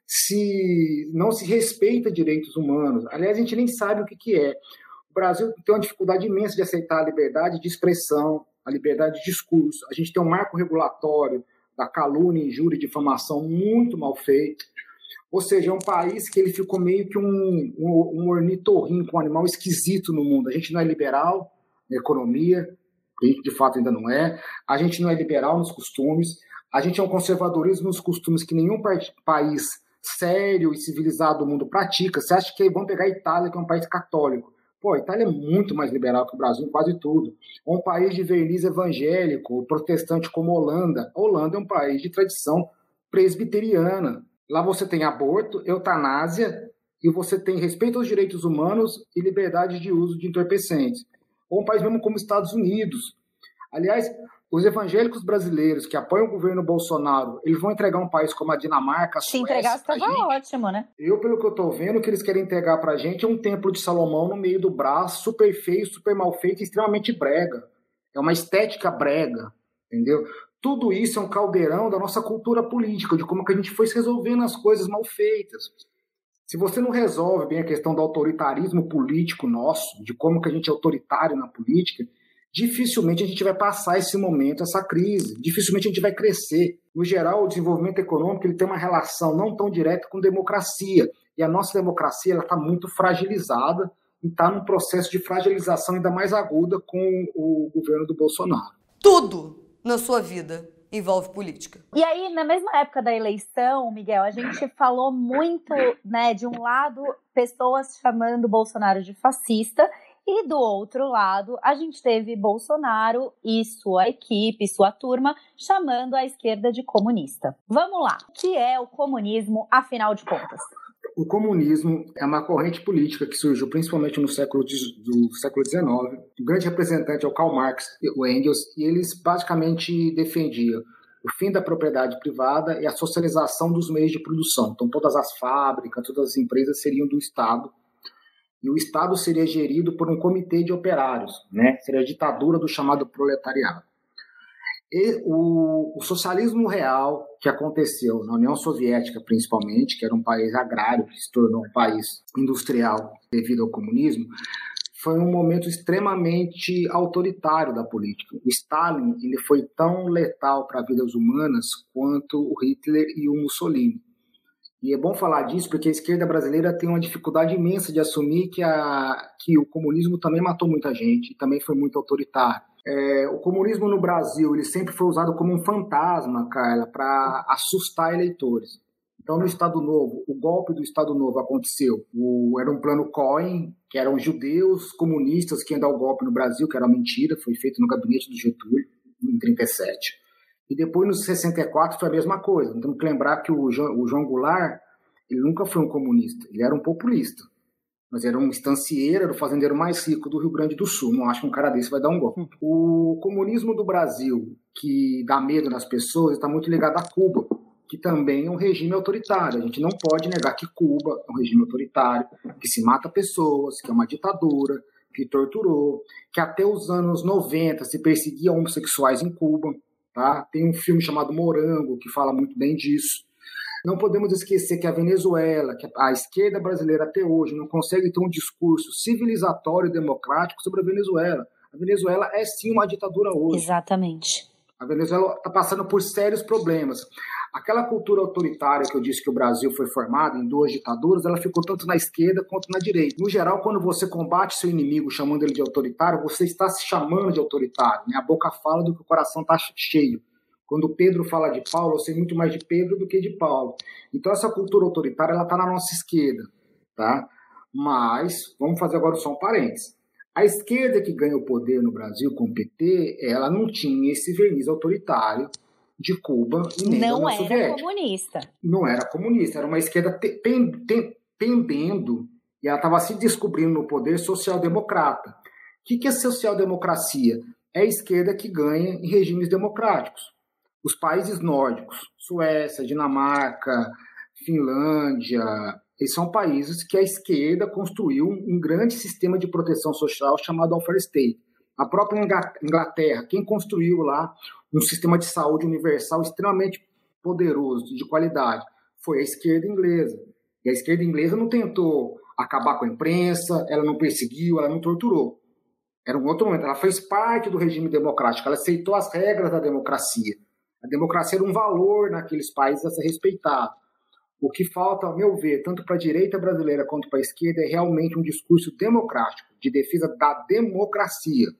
não se respeita direitos humanos. Aliás, a gente nem sabe o que é. O Brasil tem uma dificuldade imensa de aceitar a liberdade de expressão, a liberdade de discurso. A gente tem um marco regulatório da calúnia, injúria e difamação muito mal feito. Ou seja, é um país que ele ficou meio que um ornitorrinco, um animal esquisito no mundo. A gente não é liberal na economia, a gente de fato ainda não é. A gente não é liberal nos costumes. A gente é um conservadorismo nos costumes que nenhum país sério e civilizado do mundo pratica. Você acha que vão pegar a Itália, que é um país católico? Pô, a Itália é muito mais liberal que o Brasil em quase tudo. É um país de verniz evangélico, protestante como a Holanda. A Holanda é um país de tradição presbiteriana. Lá você tem aborto, eutanásia e você tem respeito aos direitos humanos e liberdade de uso de entorpecentes. Ou um país mesmo como os Estados Unidos. Aliás, os evangélicos brasileiros que apoiam o governo Bolsonaro, eles vão entregar um país como a Dinamarca, a Suécia... Se entregar, estava ótimo, né? Eu, pelo que eu tô vendo, o que eles querem entregar pra gente é um templo de Salomão no meio do braço, super feio, super mal feito e extremamente brega. É uma estética brega, entendeu? Tudo isso é um caldeirão da nossa cultura política, de como que a gente foi resolvendo as coisas mal feitas. Se você não resolve bem a questão do autoritarismo político nosso, de como que a gente é autoritário na política, dificilmente a gente vai passar esse momento, essa crise. Dificilmente a gente vai crescer. No geral, o desenvolvimento econômico ele tem uma relação não tão direta com democracia. E a nossa democracia está muito fragilizada e está num processo de fragilização ainda mais aguda com o governo do Bolsonaro. Tudo na sua vida envolve política. E aí, na mesma época da eleição, Miguel, a gente falou muito, né, de um lado, pessoas chamando o Bolsonaro de fascista, e do outro lado, a gente teve Bolsonaro e sua equipe, sua turma, chamando a esquerda de comunista. Vamos lá. O que é o comunismo, afinal de contas? O comunismo é uma corrente política que surgiu principalmente no século XIX. O grande representante é o Karl Marx e o Engels, e eles basicamente defendiam o fim da propriedade privada e a socialização dos meios de produção. Então, todas as fábricas, todas as empresas seriam do Estado, e o Estado seria gerido por um comitê de operários, né? Seria a ditadura do chamado proletariado. E o socialismo real que aconteceu na União Soviética, principalmente, que era um país agrário, que se tornou um país industrial devido ao comunismo, foi um momento extremamente autoritário da política. O Stalin ele foi tão letal para as vidas humanas quanto o Hitler e o Mussolini. E é bom falar disso porque a esquerda brasileira tem uma dificuldade imensa de assumir que o comunismo também matou muita gente e também foi muito autoritário. O comunismo no Brasil ele sempre foi usado como um fantasma, Carla, para assustar eleitores. Então, no Estado Novo, o golpe do Estado Novo aconteceu. Era um plano Cohen, que eram judeus comunistas que iam dar o golpe no Brasil, que era uma mentira, foi feito no gabinete do Getúlio, em 1937. E depois, no 64, foi a mesma coisa. Temos que lembrar que o João Goulart, ele nunca foi um comunista, ele era um populista. Mas era um estancieiro, era o fazendeiro mais rico do Rio Grande do Sul. Não acho que um cara desse vai dar um golpe. O comunismo do Brasil, que dá medo nas pessoas, está muito ligado a Cuba, que também é um regime autoritário. A gente não pode negar que Cuba é um regime autoritário, que se mata pessoas, que é uma ditadura, que torturou, que até os anos 90 se perseguia homossexuais em Cuba. Tá? Tem um filme chamado Morango, que fala muito bem disso. Não podemos esquecer que a Venezuela, que a esquerda brasileira até hoje não consegue ter um discurso civilizatório e democrático sobre a Venezuela. A Venezuela é sim uma ditadura hoje. Exatamente. A Venezuela está passando por sérios problemas. Aquela cultura autoritária que eu disse que o Brasil foi formado em duas ditaduras, ela ficou tanto na esquerda quanto na direita. No geral, quando você combate seu inimigo chamando ele de autoritário, você está se chamando de autoritário. Né? A boca fala do que o coração está cheio. Quando Pedro fala de Paulo, eu sei muito mais de Pedro do que de Paulo. Então essa cultura autoritária ela está na nossa esquerda. Tá? Mas, vamos fazer agora só um parênteses. A esquerda que ganha o poder no Brasil com o PT, ela não tinha esse verniz autoritário de Cuba e nem da União Soviética. Não era comunista. Não era comunista, era uma esquerda pendendo e ela estava se descobrindo no poder social-democrata. O que é social-democracia? É a esquerda que ganha em regimes democráticos. Os países nórdicos, Suécia, Dinamarca, Finlândia, eles são países que a esquerda construiu um grande sistema de proteção social chamado welfare state. A própria Inglaterra, quem construiu lá um sistema de saúde universal extremamente poderoso, de qualidade, foi a esquerda inglesa. E a esquerda inglesa não tentou acabar com a imprensa, ela não perseguiu, ela não torturou. Era um outro momento, ela fez parte do regime democrático, ela aceitou as regras da democracia. A democracia era um valor naqueles países a ser respeitado. O que falta, ao meu ver, tanto para a direita brasileira quanto para a esquerda, é realmente um discurso democrático, de defesa da democracia.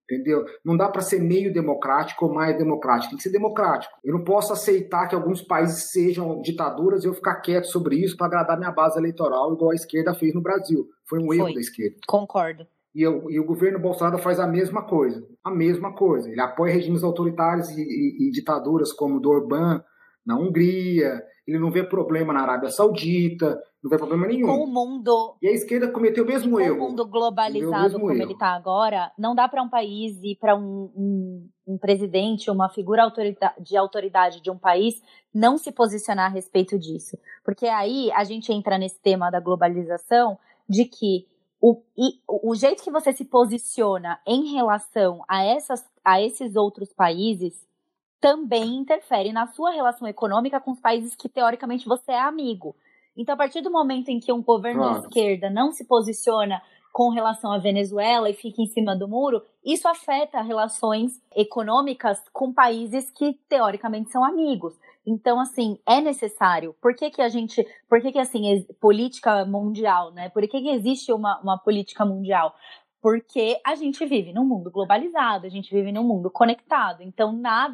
Entendeu? Não dá para ser meio democrático ou mais democrático, tem que ser democrático. Eu não posso aceitar que alguns países sejam ditaduras e eu ficar quieto sobre isso para agradar minha base eleitoral, igual a esquerda fez no Brasil. Foi um erro da esquerda. Concordo. E o governo Bolsonaro faz a mesma coisa. A mesma coisa. Ele apoia regimes autoritários e ditaduras como o do Orbán na Hungria. Ele não vê problema na Arábia Saudita. Não vê problema nenhum. Com o mundo... E a esquerda cometeu o mesmo erro. Com o mundo globalizado como ele está agora, não dá para um país e para um presidente, uma figura de autoridade de um país não se posicionar a respeito disso. Porque aí a gente entra nesse tema da globalização de que o jeito que você se posiciona em relação a esses outros países também interfere na sua relação econômica com os países que, teoricamente, você é amigo. Então, a partir do momento em que um governo de esquerda não se posiciona com relação à Venezuela e fica em cima do muro, isso afeta relações econômicas com países que, teoricamente, são amigos. Então, assim, é necessário. Por que assim, política mundial, né? Por que existe uma política mundial? Porque a gente vive num mundo globalizado, a gente vive num mundo conectado. Então,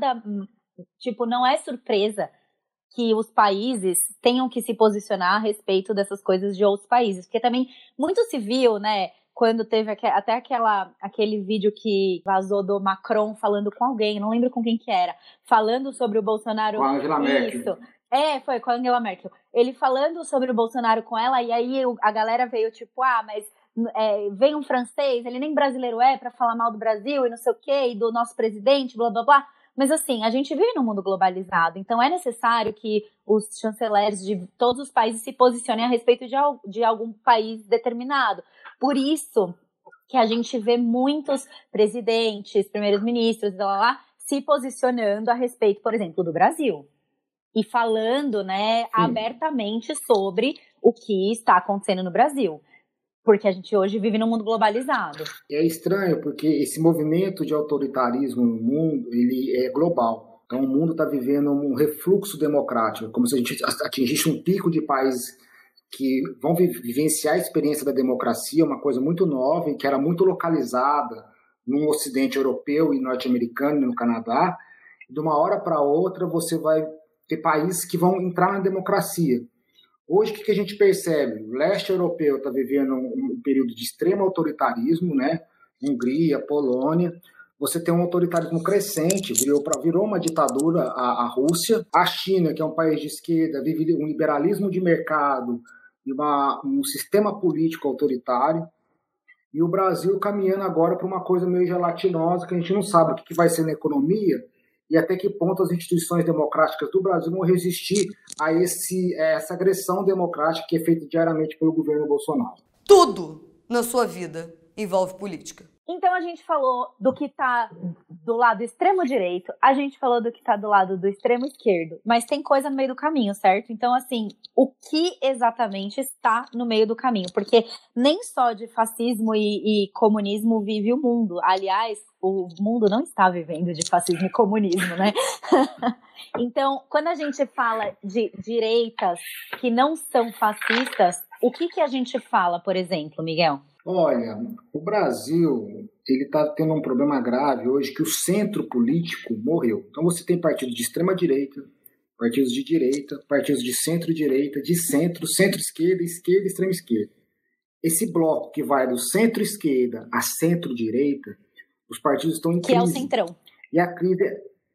não é surpresa que os países tenham que se posicionar a respeito dessas coisas de outros países. Porque também, muito se viu, né, quando teve até aquele vídeo que vazou do Macron falando com alguém, não lembro com quem que era, falando sobre o Bolsonaro... Com a Angela Merkel. Foi com a Angela Merkel. Ele falando sobre o Bolsonaro com ela, e aí a galera veio tipo, mas... vem um francês, ele nem brasileiro para falar mal do Brasil e não sei o quê, e do nosso presidente, blá, blá, blá. Mas assim, a gente vive num mundo globalizado, então é necessário que os chanceleres de todos os países se posicionem a respeito de algum país determinado. Por isso que a gente vê muitos presidentes, primeiros ministros, se posicionando a respeito, por exemplo, do Brasil. E falando, né, abertamente sobre o que está acontecendo no Brasil. Porque a gente hoje vive num mundo globalizado. É estranho, porque esse movimento de autoritarismo no mundo, ele é global. Então o mundo está vivendo um refluxo democrático, como se a gente atingisse um pico de países que vão vivenciar a experiência da democracia, uma coisa muito nova e que era muito localizada no ocidente europeu e norte-americano e no Canadá. De uma hora para outra você vai ter países que vão entrar na democracia. Hoje, o que a gente percebe? O leste europeu está vivendo um período de extremo autoritarismo, né? Hungria, Polônia. Você tem um autoritarismo crescente, virou uma ditadura a Rússia. A China, que é um país de esquerda, vive um liberalismo de mercado e um sistema político autoritário. E o Brasil caminhando agora para uma coisa meio gelatinosa, que a gente não sabe o que vai ser na economia, e até que ponto as instituições democráticas do Brasil vão resistir a essa agressão democrática que é feita diariamente pelo governo Bolsonaro. Tudo na sua vida envolve política. Então a gente falou do que está do lado extremo direito, a gente falou do que está do lado do extremo esquerdo, mas tem coisa no meio do caminho, certo? Então, assim, o que exatamente está no meio do caminho? Porque nem só de fascismo e comunismo vive o mundo. Aliás, o mundo não está vivendo de fascismo e comunismo, né? Então, quando a gente fala de direitas que não são fascistas, o que a gente fala, por exemplo, Miguel? Olha, o Brasil ele está tendo um problema grave hoje que o centro político morreu. Então você tem partidos de extrema-direita, partidos de direita, partidos de centro-direita, de centro, centro-esquerda, esquerda e extrema-esquerda. Esse bloco que vai do centro-esquerda a centro-direita, os partidos estão em crise. Que é o centrão. E a crise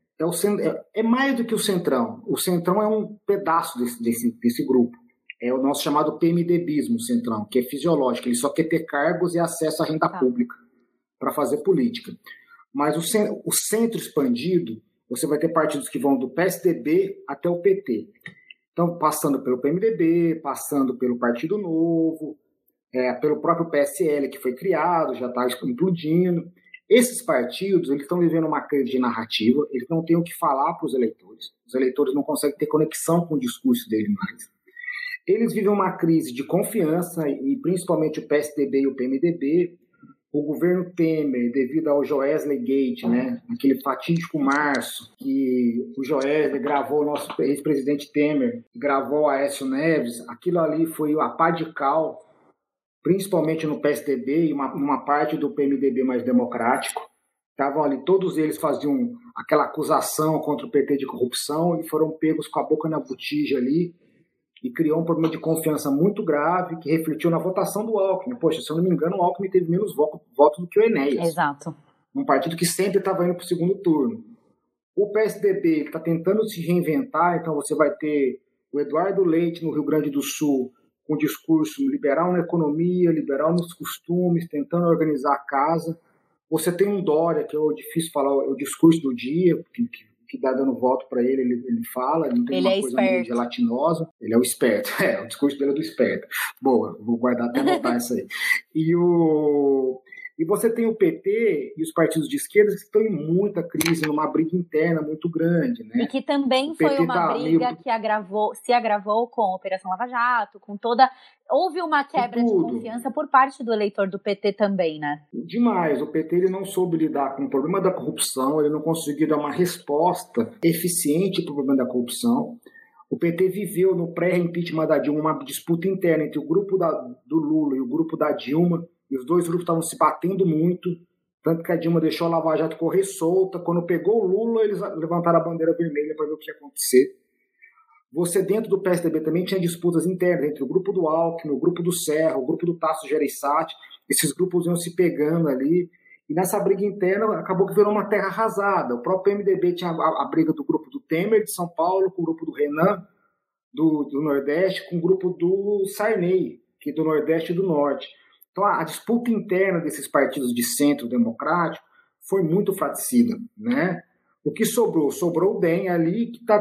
é mais do que o centrão. O centrão é um pedaço desse grupo. É o nosso chamado PMDBismo, o centrão, que é fisiológico. Ele só quer ter cargos e acesso à renda pública para fazer política. Mas o centro expandido, você vai ter partidos que vão do PSDB até o PT. Então, passando pelo PMDB, passando pelo Partido Novo, pelo próprio PSL, que foi criado, já está implodindo. Esses partidos eles estão vivendo uma crise de narrativa, eles não têm o que falar para os eleitores. Os eleitores não conseguem ter conexão com o discurso deles mais. Eles vivem uma crise de confiança, e principalmente o PSDB e o PMDB. O governo Temer, devido ao Joesley Gate, né, aquele fatídico março, que o Joesley gravou o nosso ex-presidente Temer, gravou a Aécio Neves, aquilo ali foi a pá de cal, principalmente no PSDB e uma parte do PMDB mais democrático. estavam ali, todos eles faziam aquela acusação contra o PT de corrupção e foram pegos com a boca na botija ali e criou um problema de confiança muito grave que refletiu na votação do Alckmin. Poxa, se eu não me engano, o Alckmin teve menos votos do que o Enéas. Exato. Um partido que sempre estava indo para o segundo turno. O PSDB está tentando se reinventar, então você vai ter o Eduardo Leite no Rio Grande do Sul com um discurso liberal na economia, liberal nos costumes, tentando organizar a casa. Você tem um Dória, que é difícil falar, é o discurso do dia, que dá dando voto para ele, ele fala, ele não tem uma coisa meio gelatinosa. Ele é o esperto, o discurso dele é do esperto. Boa, vou guardar até anotar isso aí. E você tem o PT e os partidos de esquerda que estão em muita crise, numa briga interna muito grande, né? E que também foi uma briga que se agravou com a Operação Lava Jato, com toda... Houve uma quebra de confiança por parte do eleitor do PT também, né? Demais. O PT ele não soube lidar com o problema da corrupção, ele não conseguiu dar uma resposta eficiente para o problema da corrupção. O PT viveu no pré-impeachment da Dilma uma disputa interna entre o grupo do Lula e o grupo da Dilma, e os dois grupos estavam se batendo muito, tanto que a Dilma deixou a Lava Jato correr solta. Quando pegou o Lula, eles levantaram a bandeira vermelha para ver o que ia acontecer. Você, dentro do PSDB, também tinha disputas internas entre o grupo do Alckmin, o grupo do Serra, o grupo do Tasso Gereissati. Esses grupos iam se pegando ali. E nessa briga interna, acabou que virou uma terra arrasada. O próprio MDB tinha a briga do grupo do Temer, de São Paulo, com o grupo do Renan, do Nordeste, com o grupo do Sarney, que é do Nordeste e do Norte. Então, a disputa interna desses partidos de centro democrático foi muito fratricida, né? O que sobrou? Sobrou o DEM ali, que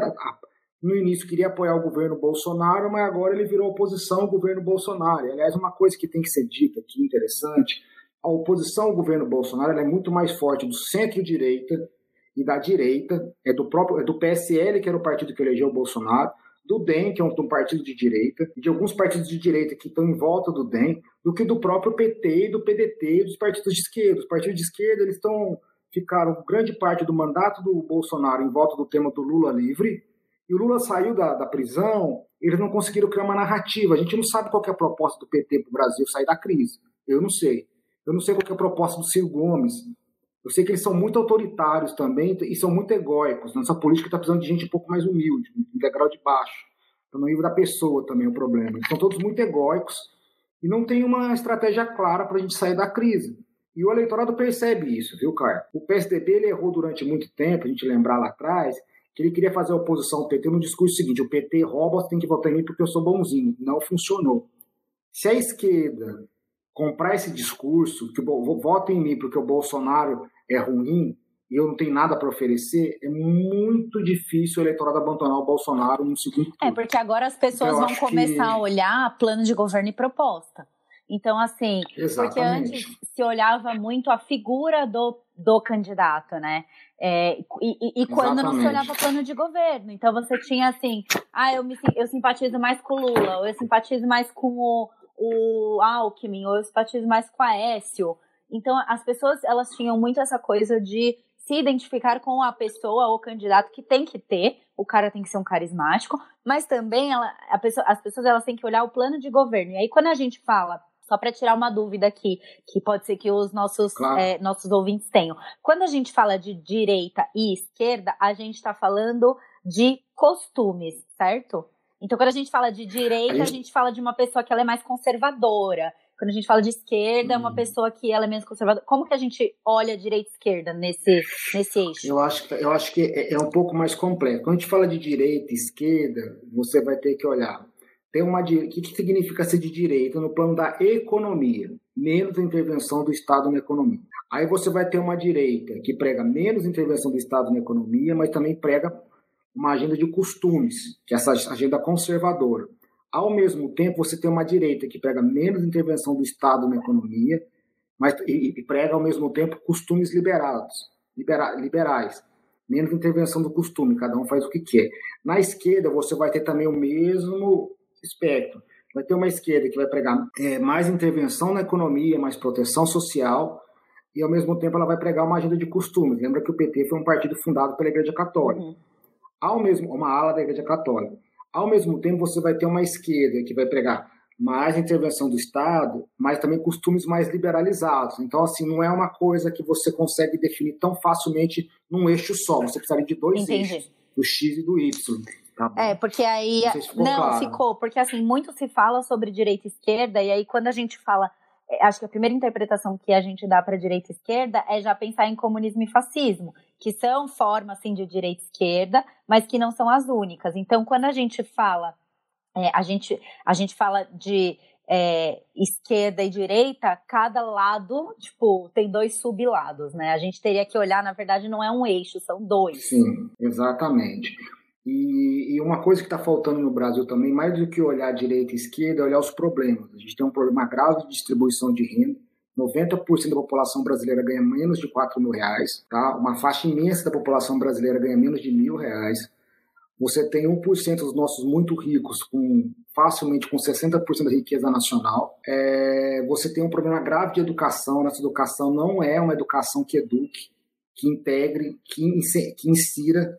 no início queria apoiar o governo Bolsonaro, mas agora ele virou oposição ao governo Bolsonaro. Aliás, uma coisa que tem que ser dita aqui, interessante, a oposição ao governo Bolsonaro é muito mais forte do centro-direita e da direita, é do PSL, que era o partido que elegeu o Bolsonaro, do DEM, que é um partido de direita, de alguns partidos de direita que estão em volta do DEM, do que do próprio PT e do PDT e dos partidos de esquerda. Os partidos de esquerda ficaram grande parte do mandato do Bolsonaro em volta do tema do Lula livre, e o Lula saiu da prisão, eles não conseguiram criar uma narrativa. A gente não sabe qual que é a proposta do PT para o Brasil sair da crise. Eu não sei. Eu não sei qual que é a proposta do Ciro Gomes. Eu sei que eles são muito autoritários também e são muito egóicos. Nossa política está precisando de gente um pouco mais humilde, um degrau de baixo. Então, no nível da pessoa também é o problema. Eles são todos muito egóicos e não tem uma estratégia clara para a gente sair da crise. E o eleitorado percebe isso, viu, Caio? O PSDB ele errou durante muito tempo, a gente lembrar lá atrás, que ele queria fazer a oposição ao PT no discurso seguinte: o PT rouba, você tem que votar em mim porque eu sou bonzinho. Não funcionou. Se a esquerda comprar esse discurso, que votem em mim porque o Bolsonaro é ruim e eu não tenho nada para oferecer, é muito difícil o eleitorado abandonar o Bolsonaro no segundo turno. Porque agora as pessoas vão começar a olhar plano de governo e proposta. Então, assim, exatamente. Porque antes se olhava muito a figura do candidato, né? E quando não se olhava plano de governo. Então, você tinha assim, eu simpatizo mais com o Lula, ou eu simpatizo mais com o Alckmin, ou eu simpatizo mais com a Aécio. Então, as pessoas, elas tinham muito essa coisa de se identificar com a pessoa ou o candidato que tem que ter, o cara tem que ser um carismático, mas também as pessoas elas têm que olhar o plano de governo. E aí, quando a gente fala, só para tirar uma dúvida aqui, que pode ser que os nossos ouvintes tenham, quando a gente fala de direita e esquerda, a gente está falando de costumes, certo? Então, quando a gente fala de direita, a gente fala de uma pessoa que ela é mais conservadora. Quando a gente fala de esquerda, é uma pessoa que ela é menos conservadora. Como que a gente olha direita e esquerda nesse eixo? Eu acho que é um pouco mais complexo. Quando a gente fala de direita e esquerda, você vai ter que olhar. O que significa ser de direita no plano da economia? Menos intervenção do Estado na economia. Aí você vai ter uma direita que prega menos intervenção do Estado na economia, mas também prega uma agenda de costumes, que é essa agenda conservadora. Ao mesmo tempo, você tem uma direita que prega menos intervenção do Estado na economia, mas e prega ao mesmo tempo costumes liberais. Menos intervenção do costume, cada um faz o que quer. Na esquerda, você vai ter também o mesmo espectro. Vai ter uma esquerda que vai pregar mais intervenção na economia, mais proteção social, e ao mesmo tempo ela vai pregar uma agenda de costumes. Lembra que o PT foi um partido fundado pela Igreja Católica. Uma ala da Igreja Católica. Ao mesmo tempo, você vai ter uma esquerda que vai pregar mais intervenção do Estado, mas também costumes mais liberalizados. Então, assim, não é uma coisa que você consegue definir tão facilmente num eixo só. Você precisaria de dois eixos, do X e do Y. Tá bom? Porque aí... Não sei se ficou claro. Ficou, porque assim, muito se fala sobre direita e esquerda, e aí quando a gente fala... Acho que a primeira interpretação que a gente dá para direita e esquerda é já pensar em comunismo e fascismo, que são formas, assim, de direita e esquerda, mas que não são as únicas. Então, quando a gente fala... a gente fala de esquerda e direita, cada lado, tipo, tem dois sublados, né? A gente teria que olhar, na verdade, não é um eixo, são dois. Sim, exatamente. E uma coisa que está faltando no Brasil também, mais do que olhar direita e esquerda, é olhar os problemas. A gente tem um problema grave de distribuição de renda. 90% da população brasileira ganha menos de R$4.000, tá? Uma faixa imensa da população brasileira ganha menos de R$1.000. Você tem 1% dos nossos muito ricos, facilmente com 60% da riqueza nacional. Você tem um problema grave de educação. Nossa educação não é uma educação que eduque, que integre, que insira.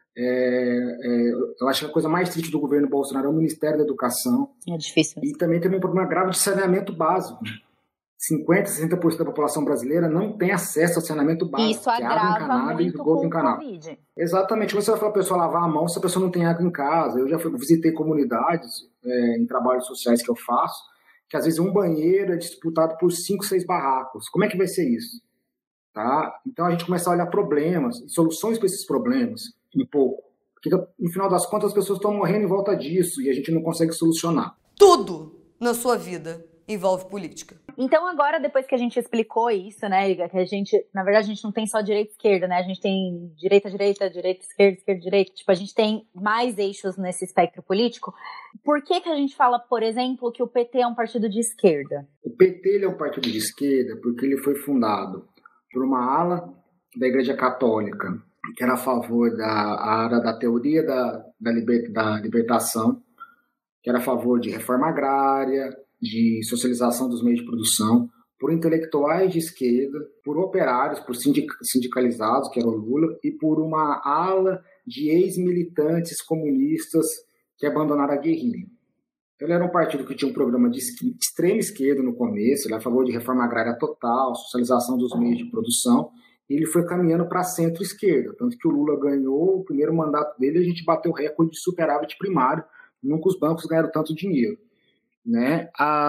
Eu acho que a coisa mais triste do governo Bolsonaro é o Ministério da Educação. É difícil. E também tem um problema grave de saneamento básico. 50%, 60% da população brasileira não tem acesso ao saneamento básico. Isso agrava muito com o Covid. Exatamente. Quando você vai falar para a pessoa lavar a mão, se a pessoa não tem água em casa. Eu já visitei comunidades em trabalhos sociais que eu faço, que às vezes um banheiro é disputado por 5, 6 barracos. Como é que vai ser isso? Tá? Então a gente começa a olhar problemas e soluções para esses problemas um pouco. Porque no final das contas as pessoas estão morrendo em volta disso e a gente não consegue solucionar. Tudo na sua vida envolve política. Então agora, depois que a gente explicou isso, né, que a gente, na verdade, a gente não tem só direita e esquerda, né, a gente tem direita, esquerda, direita, tipo, a gente tem mais eixos nesse espectro político. Por que a gente fala, por exemplo, que o PT é um partido de esquerda? O PT ele é um partido de esquerda porque ele foi fundado por uma ala da Igreja Católica, que era a favor da teoria da libertação, que era a favor de reforma agrária, de socialização dos meios de produção, por intelectuais de esquerda, por operários, por sindicalizados, que era o Lula, e por uma ala de ex-militantes comunistas que abandonaram a guerrilha. Ele era um partido que tinha um programa de extrema esquerda no começo, ele era a favor de reforma agrária total, socialização dos meios de produção, e ele foi caminhando para a centro-esquerda, tanto que o Lula ganhou o primeiro mandato dele e a gente bateu o recorde de superávit primário, nunca os bancos ganharam tanto dinheiro. Né?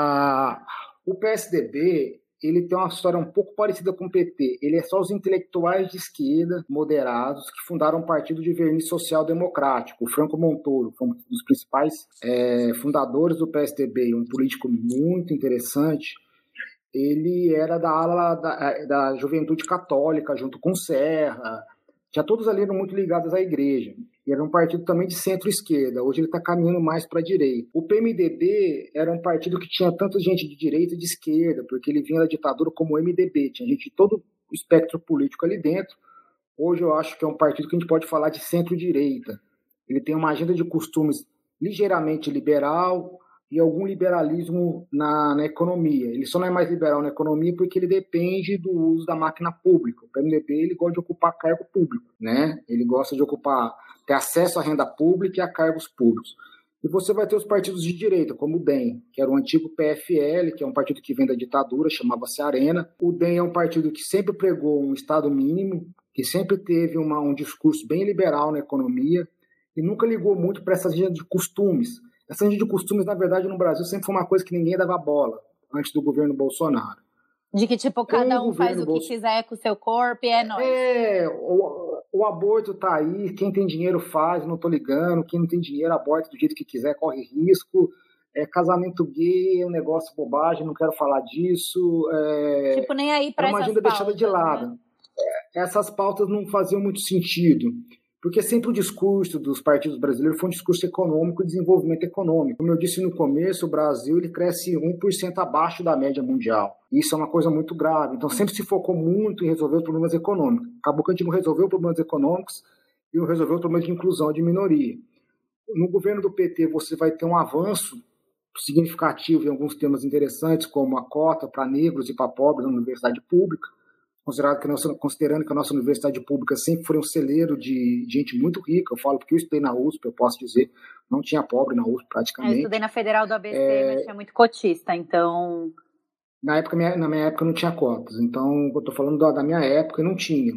O PSDB ele tem uma história um pouco parecida com o PT. Ele é só os intelectuais de esquerda moderados que fundaram um partido de verniz social-democrático. O Franco Montoro foi um dos principais fundadores do PSDB, um político muito interessante. Ele era da ala da Juventude Católica, junto com Serra. Já todos ali eram muito ligados à igreja. E era um partido também de centro-esquerda. Hoje ele está caminhando mais para a direita. O PMDB era um partido que tinha tanto gente de direita e de esquerda, porque ele vinha da ditadura como o MDB. Tinha gente de todo o espectro político ali dentro. Hoje eu acho que é um partido que a gente pode falar de centro-direita. Ele tem uma agenda de costumes ligeiramente liberal e algum liberalismo na economia. Ele só não é mais liberal na economia porque ele depende do uso da máquina pública. O PMDB ele gosta de ocupar cargo público, né? Ele gosta de ter acesso à renda pública e a cargos públicos. E você vai ter os partidos de direita, como o DEM, que era o antigo PFL, que é um partido que vem da ditadura, chamava-se Arena. O DEM é um partido que sempre pregou um Estado mínimo, que sempre teve um discurso bem liberal na economia e nunca ligou muito para essa agenda de costumes. Essa agenda de costumes, na verdade, no Brasil sempre foi uma coisa que ninguém dava bola antes do governo Bolsonaro. De que, tipo, cada um faz o que quiser com o seu corpo e é nóis. O aborto tá aí, quem tem dinheiro faz, não tô ligando, quem não tem dinheiro aborta do jeito que quiser, corre risco. Casamento gay é um negócio bobagem, não quero falar disso. Tipo, nem aí pra essas pautas. É uma agenda deixada de lado. Né? Essas pautas não faziam muito sentido. Porque sempre o discurso dos partidos brasileiros foi um discurso econômico e desenvolvimento econômico. Como eu disse no começo, o Brasil ele cresce 1% abaixo da média mundial. Isso é uma coisa muito grave. Então sempre se focou muito em resolver os problemas econômicos. Acabou que a gente não resolveu os problemas econômicos e não resolveu o problema de inclusão de minoria. No governo do PT você vai ter um avanço significativo em alguns temas interessantes, como a cota para negros e para pobres na universidade pública. considerando que a nossa universidade pública sempre foi um celeiro de gente muito rica. Eu falo porque eu estudei na USP, eu posso dizer, não tinha pobre na USP praticamente. Eu estudei na Federal do ABC, mas tinha muito cotista, então... Na minha época não tinha cotas, então eu estou falando da minha época, não tinha.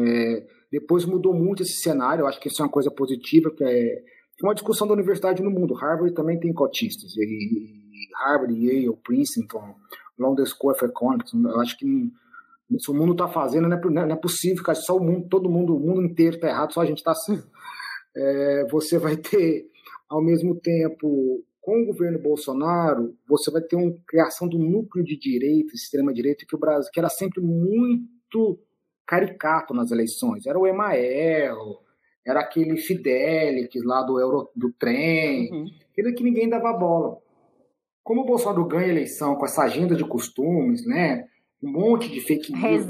Depois mudou muito esse cenário, eu acho que isso é uma coisa positiva, que é uma discussão da universidade no mundo. Harvard também tem cotistas, e Harvard, Yale, Princeton, London School of Economics, eu acho que se o mundo está fazendo, não é possível que só o mundo inteiro está errado, só a gente está assim. Você vai ter, ao mesmo tempo, com o governo Bolsonaro, você vai ter uma criação do núcleo de direita, extrema-direita, que o Brasil, que era sempre muito caricato nas eleições. Era o Emael, era aquele Fidelix lá do trem, aquele que ninguém dava bola. Como o Bolsonaro ganha a eleição com essa agenda de costumes, né? Um monte de fake news,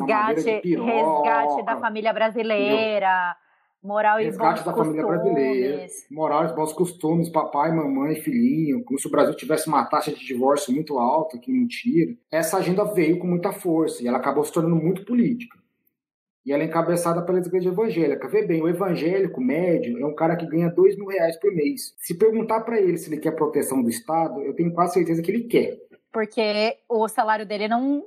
resgate da família brasileira, moral e bons costumes. Moral e bons costumes, papai, mamãe, filhinho, como se o Brasil tivesse uma taxa de divórcio muito alta, que mentira. Essa agenda veio com muita força e ela acabou se tornando muito política. E ela é encabeçada pela igreja evangélica. Vê bem, o evangélico médio é um cara que ganha R$2.000 por mês. Se perguntar para ele se ele quer proteção do Estado, eu tenho quase certeza que ele quer. Porque o salário dele não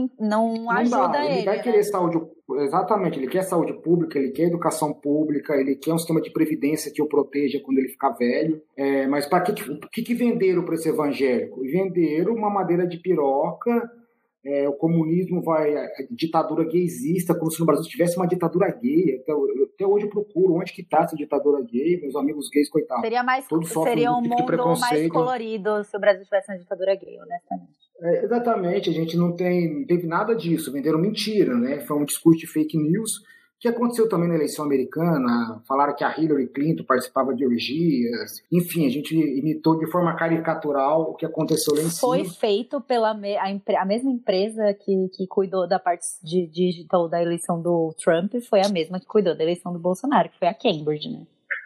ajuda ele. Ele vai querer saúde. Exatamente, ele quer saúde pública, ele quer educação pública, ele quer um sistema de previdência que o proteja quando ele ficar velho. Mas para que venderam para esse evangélico? Venderam uma madeira de piroca. O comunismo a ditadura gaysista, como se no Brasil tivesse uma ditadura gay. Até hoje eu procuro onde que está essa ditadura gay, meus amigos gays, coitados. Seria um mundo mais colorido se o Brasil tivesse uma ditadura gay, honestamente. Exatamente, a gente não teve nada disso, venderam mentira, né? Foi um discurso de fake news, que aconteceu também na eleição americana, falaram que a Hillary Clinton participava de orgias, enfim, a gente imitou de forma caricatural o que aconteceu lá em cima. Foi feito pela a mesma empresa que cuidou da parte de digital da eleição do Trump, foi a mesma que cuidou da eleição do Bolsonaro, que foi a Cambridge, né?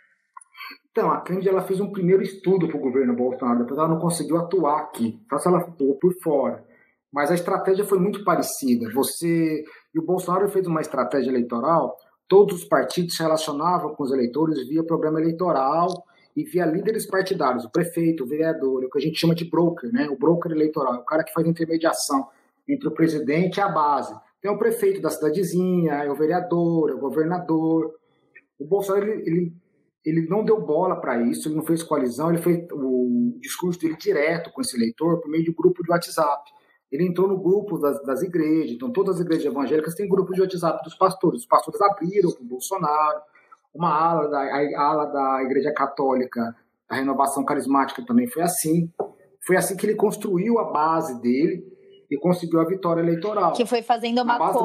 Então, a Cambridge ela fez um primeiro estudo para o governo Bolsonaro, depois ela não conseguiu atuar aqui, só ela atuou por fora. Mas a estratégia foi muito parecida. E o Bolsonaro fez uma estratégia eleitoral, todos os partidos se relacionavam com os eleitores via programa eleitoral e via líderes partidários, o prefeito, o vereador, o que a gente chama de broker, né? O broker eleitoral, o cara que faz intermediação entre o presidente e a base. Tem o prefeito da cidadezinha, o vereador, o governador. O Bolsonaro, ele não deu bola para isso, ele não fez coalizão, ele fez o discurso dele direto com esse eleitor por meio de grupo de WhatsApp. Ele entrou no grupo das igrejas, então todas as igrejas evangélicas têm grupo de WhatsApp dos pastores. Os pastores abriram para o Bolsonaro, uma ala da Igreja Católica, a Renovação Carismática também foi assim. Foi assim que ele construiu a base dele e conseguiu a vitória eleitoral. Que foi fazendo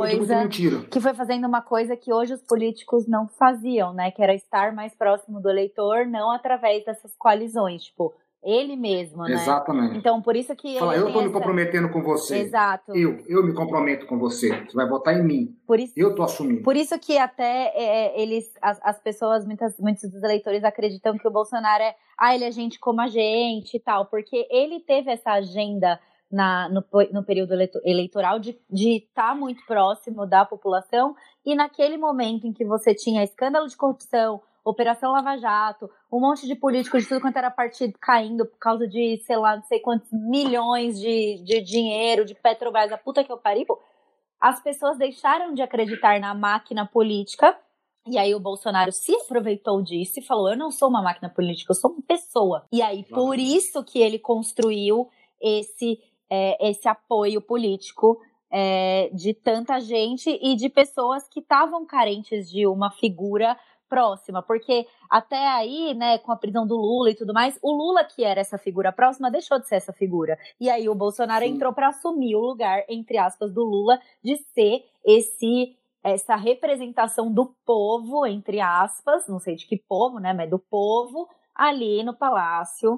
uma coisa que hoje os políticos não faziam, né? Que era estar mais próximo do eleitor, não através dessas coalizões, tipo... Ele mesmo, né? Exatamente. Então, por isso que... eu estou me comprometendo com você. Exato. Eu me comprometo com você. Você vai votar em mim. Eu estou assumindo. Por isso que até as pessoas, muitos dos eleitores acreditam que o Bolsonaro ele é gente como a gente e tal. Porque ele teve essa agenda no período eleitoral de estar muito próximo da população. E naquele momento em que você tinha escândalo de corrupção, Operação Lava Jato, um monte de políticos de tudo quanto era partido caindo por causa de, sei lá, não sei quantos milhões de dinheiro, de Petrobras, a puta que eu pariu, as pessoas deixaram de acreditar na máquina política, e aí o Bolsonaro se aproveitou disso e falou, eu não sou uma máquina política, eu sou uma pessoa. E aí, por isso que ele construiu esse apoio político de tanta gente e de pessoas que estavam carentes de uma figura próxima, porque até aí, né, com a prisão do Lula e tudo mais, o Lula, que era essa figura próxima, deixou de ser essa figura. E aí o Bolsonaro entrou para assumir o lugar, entre aspas, do Lula, de ser essa representação do povo, entre aspas, não sei de que povo, né, mas do povo, ali no Palácio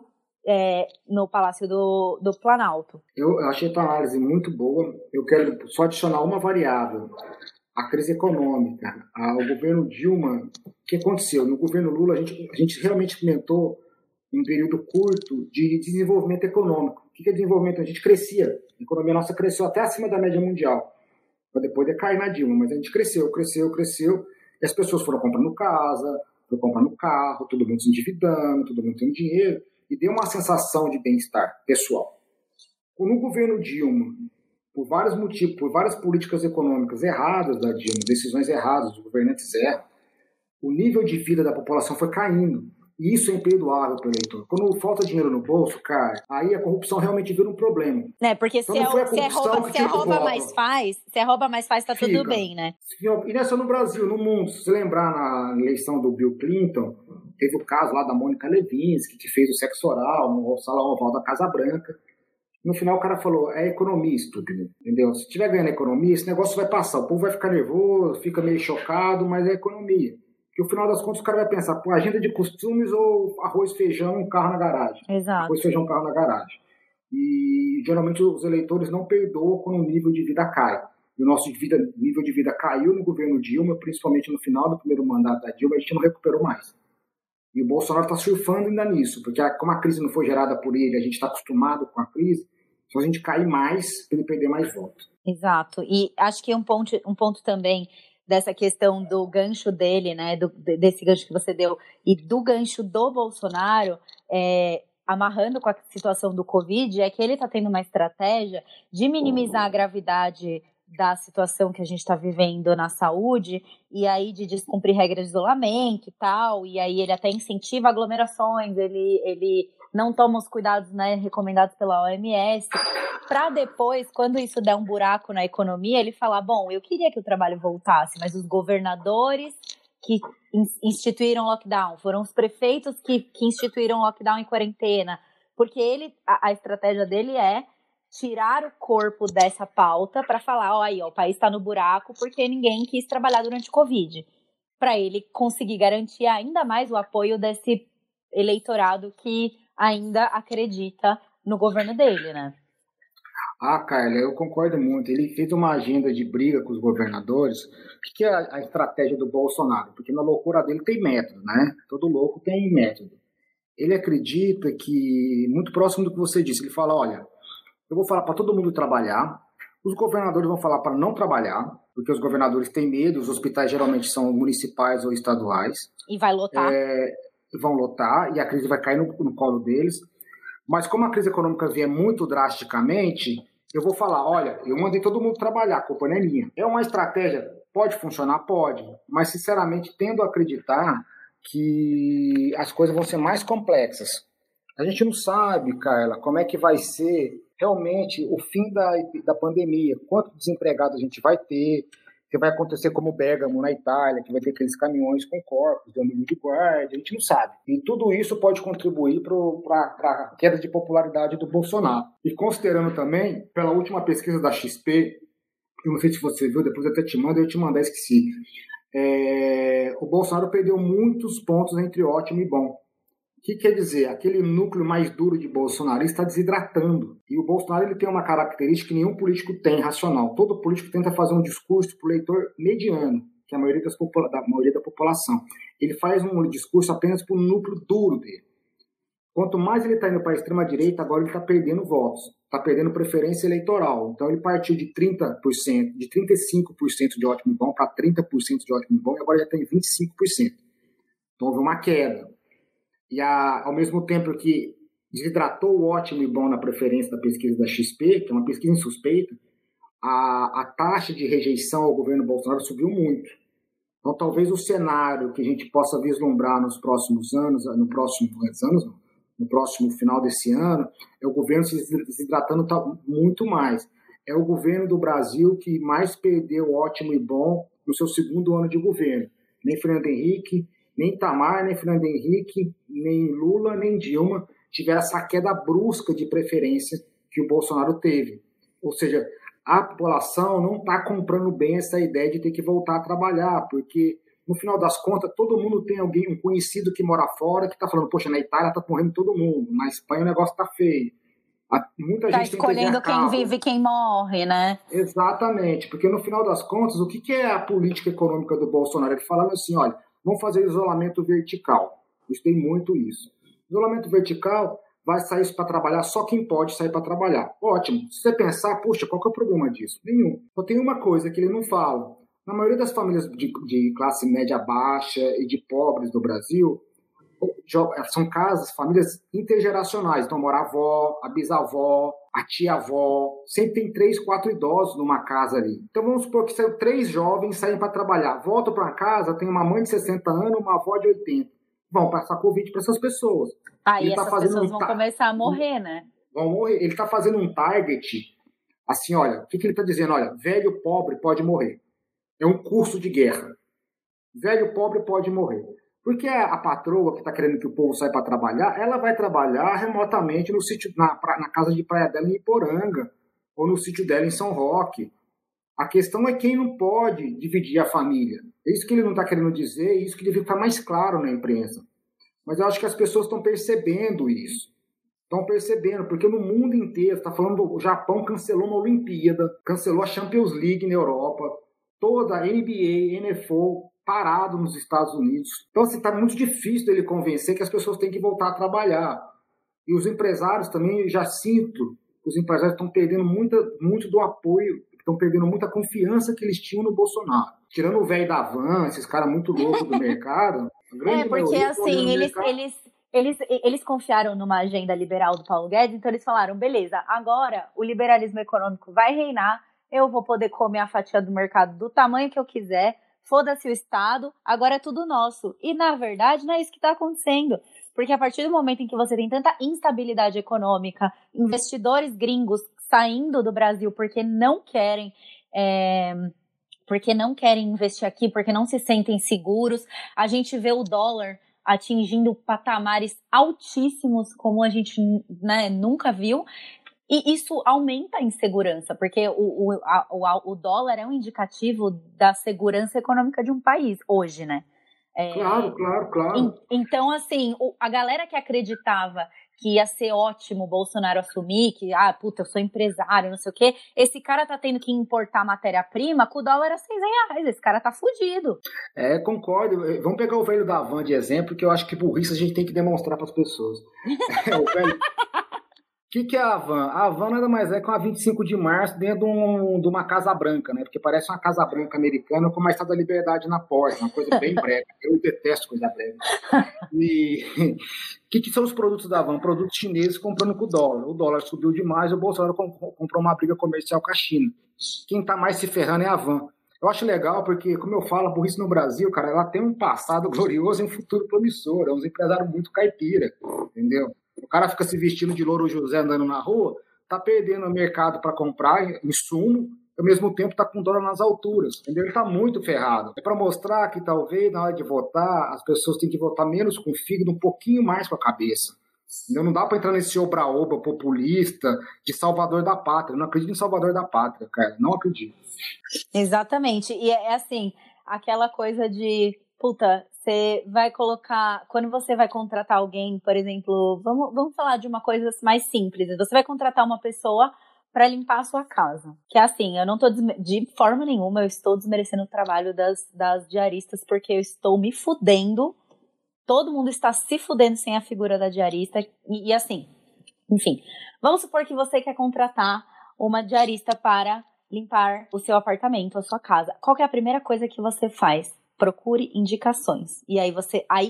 do Planalto. Eu achei a tua análise muito boa. Eu quero só adicionar uma variável. A crise econômica, o governo Dilma, o que aconteceu? No governo Lula, a gente realmente implementou um período curto de desenvolvimento econômico. O que é desenvolvimento? A gente crescia, a economia nossa cresceu até acima da média mundial. para depois decair na Dilma. Mas a gente cresceu, e as pessoas foram comprando casa, foram comprando carro, todo mundo se endividando, todo mundo tendo dinheiro, e deu uma sensação de bem-estar pessoal. No governo Dilma, por vários motivos, por várias políticas econômicas erradas da Dilma, decisões erradas, os governantes erram, o nível de vida da população foi caindo. E isso é imperdoável para o eleitor. Quando falta dinheiro no bolso, cara, aí a corrupção realmente vira um problema. Porque então, se é rouba mais faz, tá tudo bem, né? E não é só no Brasil, no mundo. Se você lembrar na eleição do Bill Clinton, teve o caso lá da Mônica Lewinsky, que fez o sexo oral no salão oval da Casa Branca. No final o cara falou, é economia estúpido, entendeu? Se tiver ganhando economia, esse negócio vai passar. O povo vai ficar nervoso, fica meio chocado, mas é economia. Porque no final das contas o cara vai pensar, agenda de costumes ou arroz, feijão, um carro na garagem. Exato. Arroz, feijão, um carro na garagem. E geralmente os eleitores não perdoam quando o nível de vida cai. E o nosso nível de vida caiu no governo Dilma, principalmente no final do primeiro mandato da Dilma, a gente não recuperou mais. E o Bolsonaro está surfando ainda nisso, porque como a crise não foi gerada por ele, a gente está acostumado com a crise, só a gente cair mais para ele perder mais votos. Exato. E acho que um ponto também dessa questão do gancho dele, né, desse gancho que você deu, e do gancho do Bolsonaro, amarrando com a situação do Covid, é que ele está tendo uma estratégia de minimizar a gravidade da situação que a gente está vivendo na saúde, e aí de descumprir regras de isolamento e tal, e aí ele até incentiva aglomerações, ele não toma os cuidados, né, recomendados pela OMS, para depois, quando isso der um buraco na economia, ele falar, bom, eu queria que o trabalho voltasse, mas os governadores que instituíram lockdown, foram os prefeitos que instituíram lockdown em quarentena, porque a estratégia dele é tirar o corpo dessa pauta para falar, o país está no buraco porque ninguém quis trabalhar durante o Covid, para ele conseguir garantir ainda mais o apoio desse eleitorado que ainda acredita no governo dele, né? Carla, eu concordo muito. Ele fez uma agenda de briga com os governadores. O que é a estratégia do Bolsonaro? Porque na loucura dele tem método, né? Todo louco tem método. Ele acredita que, muito próximo do que você disse, ele fala, olha, eu vou falar para todo mundo trabalhar, os governadores vão falar para não trabalhar, porque os governadores têm medo, os hospitais geralmente são municipais ou estaduais. E vai lotar. Vão lotar, e a crise vai cair no colo deles. Mas como a crise econômica vier muito drasticamente, eu vou falar, olha, eu mandei todo mundo trabalhar, a culpa não é minha. É uma estratégia, pode funcionar? Pode, mas sinceramente tendo a acreditar que as coisas vão ser mais complexas. A gente não sabe, Carla, como é que vai ser realmente o fim da pandemia, quantos desempregados a gente vai ter, se vai acontecer como Bergamo, na Itália, que vai ter aqueles caminhões com corpos, dando de guarda, a gente não sabe. E tudo isso pode contribuir para a queda de popularidade do Bolsonaro. E considerando também, pela última pesquisa da XP, eu não sei se você viu, depois eu até te mando, eu te mandar, esqueci. O Bolsonaro perdeu muitos pontos entre ótimo e bom. O que quer dizer? Aquele núcleo mais duro de bolsonarista está desidratando. E o Bolsonaro ele tem uma característica que nenhum político tem, racional. Todo político tenta fazer um discurso para o eleitor mediano, que é a maioria da população. Ele faz um discurso apenas para o núcleo duro dele. Quanto mais ele está indo para a extrema-direita, agora ele está perdendo votos. Está perdendo preferência eleitoral. Então ele partiu de 30%, de 35% de ótimo e bom para 30% de ótimo e bom, e agora já tem 25%. Então houve uma queda. E ao mesmo tempo que desidratou o ótimo e bom na preferência da pesquisa da XP, que é uma pesquisa insuspeita, a taxa de rejeição ao governo Bolsonaro subiu muito. Então talvez o cenário que a gente possa vislumbrar nos próximos anos, no próximo final desse ano, é o governo se desidratando muito mais. É o governo do Brasil que mais perdeu ótimo e bom no seu segundo ano de governo. Nem Fernando Henrique, nem Itamar, nem Fernando Henrique, nem Lula, nem Dilma tiveram essa queda brusca de preferência que o Bolsonaro teve. Ou seja, a população não está comprando bem essa ideia de ter que voltar a trabalhar, porque, no final das contas, todo mundo tem alguém, um conhecido que mora fora, que está falando, poxa, na Itália está morrendo todo mundo, na Espanha o negócio está feio. Muita gente está escolhendo quem vive e quem morre, né? Exatamente, porque no final das contas, o que é a política econômica do Bolsonaro? Ele falando assim, olha, vamos fazer isolamento vertical. Eu estudei muito isso. Isolamento vertical vai sair para trabalhar só quem pode sair para trabalhar. Ótimo. Se você pensar, puxa, qual que é o problema disso? Nenhum. Só tem uma coisa que ele não fala. Na maioria das famílias de classe média baixa e de pobres do Brasil, são casas, famílias intergeracionais. Então mora a avó, a bisavó, a tia-avó. Sempre tem 3, 4 idosos numa casa ali. Então vamos supor que saiu 3 jovens saem para trabalhar. Voltam para casa, tem uma mãe de 60 anos, uma avó de 80. Vão passar Covid para essas pessoas. Aí essas pessoas vão começar a morrer, né? Vão morrer. Ele está fazendo um target, assim, olha, o que ele está dizendo? Olha, velho pobre pode morrer. É um curso de guerra. Velho pobre pode morrer. Porque a patroa que está querendo que o povo saia para trabalhar, ela vai trabalhar remotamente no sítio, na casa de praia dela em Iporanga, ou no sítio dela em São Roque. A questão é quem não pode dividir a família. É isso que ele não está querendo dizer, é isso que deve ficar mais claro na imprensa. Mas eu acho que as pessoas estão percebendo isso. Estão percebendo, porque no mundo inteiro, está falando, o Japão cancelou uma Olimpíada, cancelou a Champions League na Europa, toda a NBA, NFL, parado nos Estados Unidos. Então, assim, está muito difícil dele convencer que as pessoas têm que voltar a trabalhar. E os empresários também, já sinto, os empresários estão perdendo muito do apoio, estão perdendo muita confiança que eles tinham no Bolsonaro. Tirando o velho da Van, esses caras muito loucos do mercado. Porque assim, eles confiaram numa agenda liberal do Paulo Guedes, então eles falaram, beleza, agora o liberalismo econômico vai reinar, eu vou poder comer a fatia do mercado do tamanho que eu quiser, foda-se o Estado, agora é tudo nosso. E, na verdade, não é isso que está acontecendo. Porque a partir do momento em que você tem tanta instabilidade econômica, investidores gringos saindo do Brasil porque não querem investir aqui, porque não se sentem seguros, a gente vê o dólar atingindo patamares altíssimos, como a gente, né, nunca viu. E isso aumenta a insegurança, porque o dólar é um indicativo da segurança econômica de um país hoje, né? Claro. Então, assim, a galera que acreditava que ia ser ótimo o Bolsonaro assumir, que, eu sou empresário, não sei o quê, esse cara tá tendo que importar matéria-prima com o dólar a R$6, esse cara tá fudido. Concordo. Vamos pegar o velho da Van de exemplo, que eu acho que burrice a gente tem que demonstrar para as pessoas. O velho... O que é a Van? A Van nada mais é que uma 25 de março dentro de uma Casa Branca, né? Porque parece uma Casa Branca americana com uma Estátua da Liberdade na porta, uma coisa bem brega. Eu detesto coisa brega. E o que são os produtos da Van? Produtos chineses comprando com o dólar. O dólar subiu demais e o Bolsonaro comprou uma briga comercial com a China. Quem está mais se ferrando é a Van. Eu acho legal porque, como eu falo, a burrice no Brasil, cara, ela tem um passado glorioso e um futuro promissor. É um empresário muito caipira, entendeu? O cara fica se vestindo de Louro José andando na rua, tá perdendo o mercado para comprar insumo, ao mesmo tempo tá com dólar nas alturas, entendeu? Ele tá muito ferrado. É para mostrar que talvez na hora de votar, as pessoas têm que votar menos com o fígado, um pouquinho mais com a cabeça. Entendeu? Não dá para entrar nesse oba-oba populista de salvador da pátria. Eu não acredito em salvador da pátria, cara. Não acredito. Exatamente. E é assim, aquela coisa de... Puta, você vai colocar... Quando você vai contratar alguém, por exemplo... Vamos falar de uma coisa mais simples. Você vai contratar uma pessoa para limpar a sua casa. Que é assim, eu não tô... De forma nenhuma, eu estou desmerecendo o trabalho das diaristas, porque eu estou me fudendo. Todo mundo está se fudendo sem a figura da diarista. E assim, enfim. Vamos supor que você quer contratar uma diarista para limpar o seu apartamento, a sua casa. Qual que é a primeira coisa que você faz? Procure indicações. E aí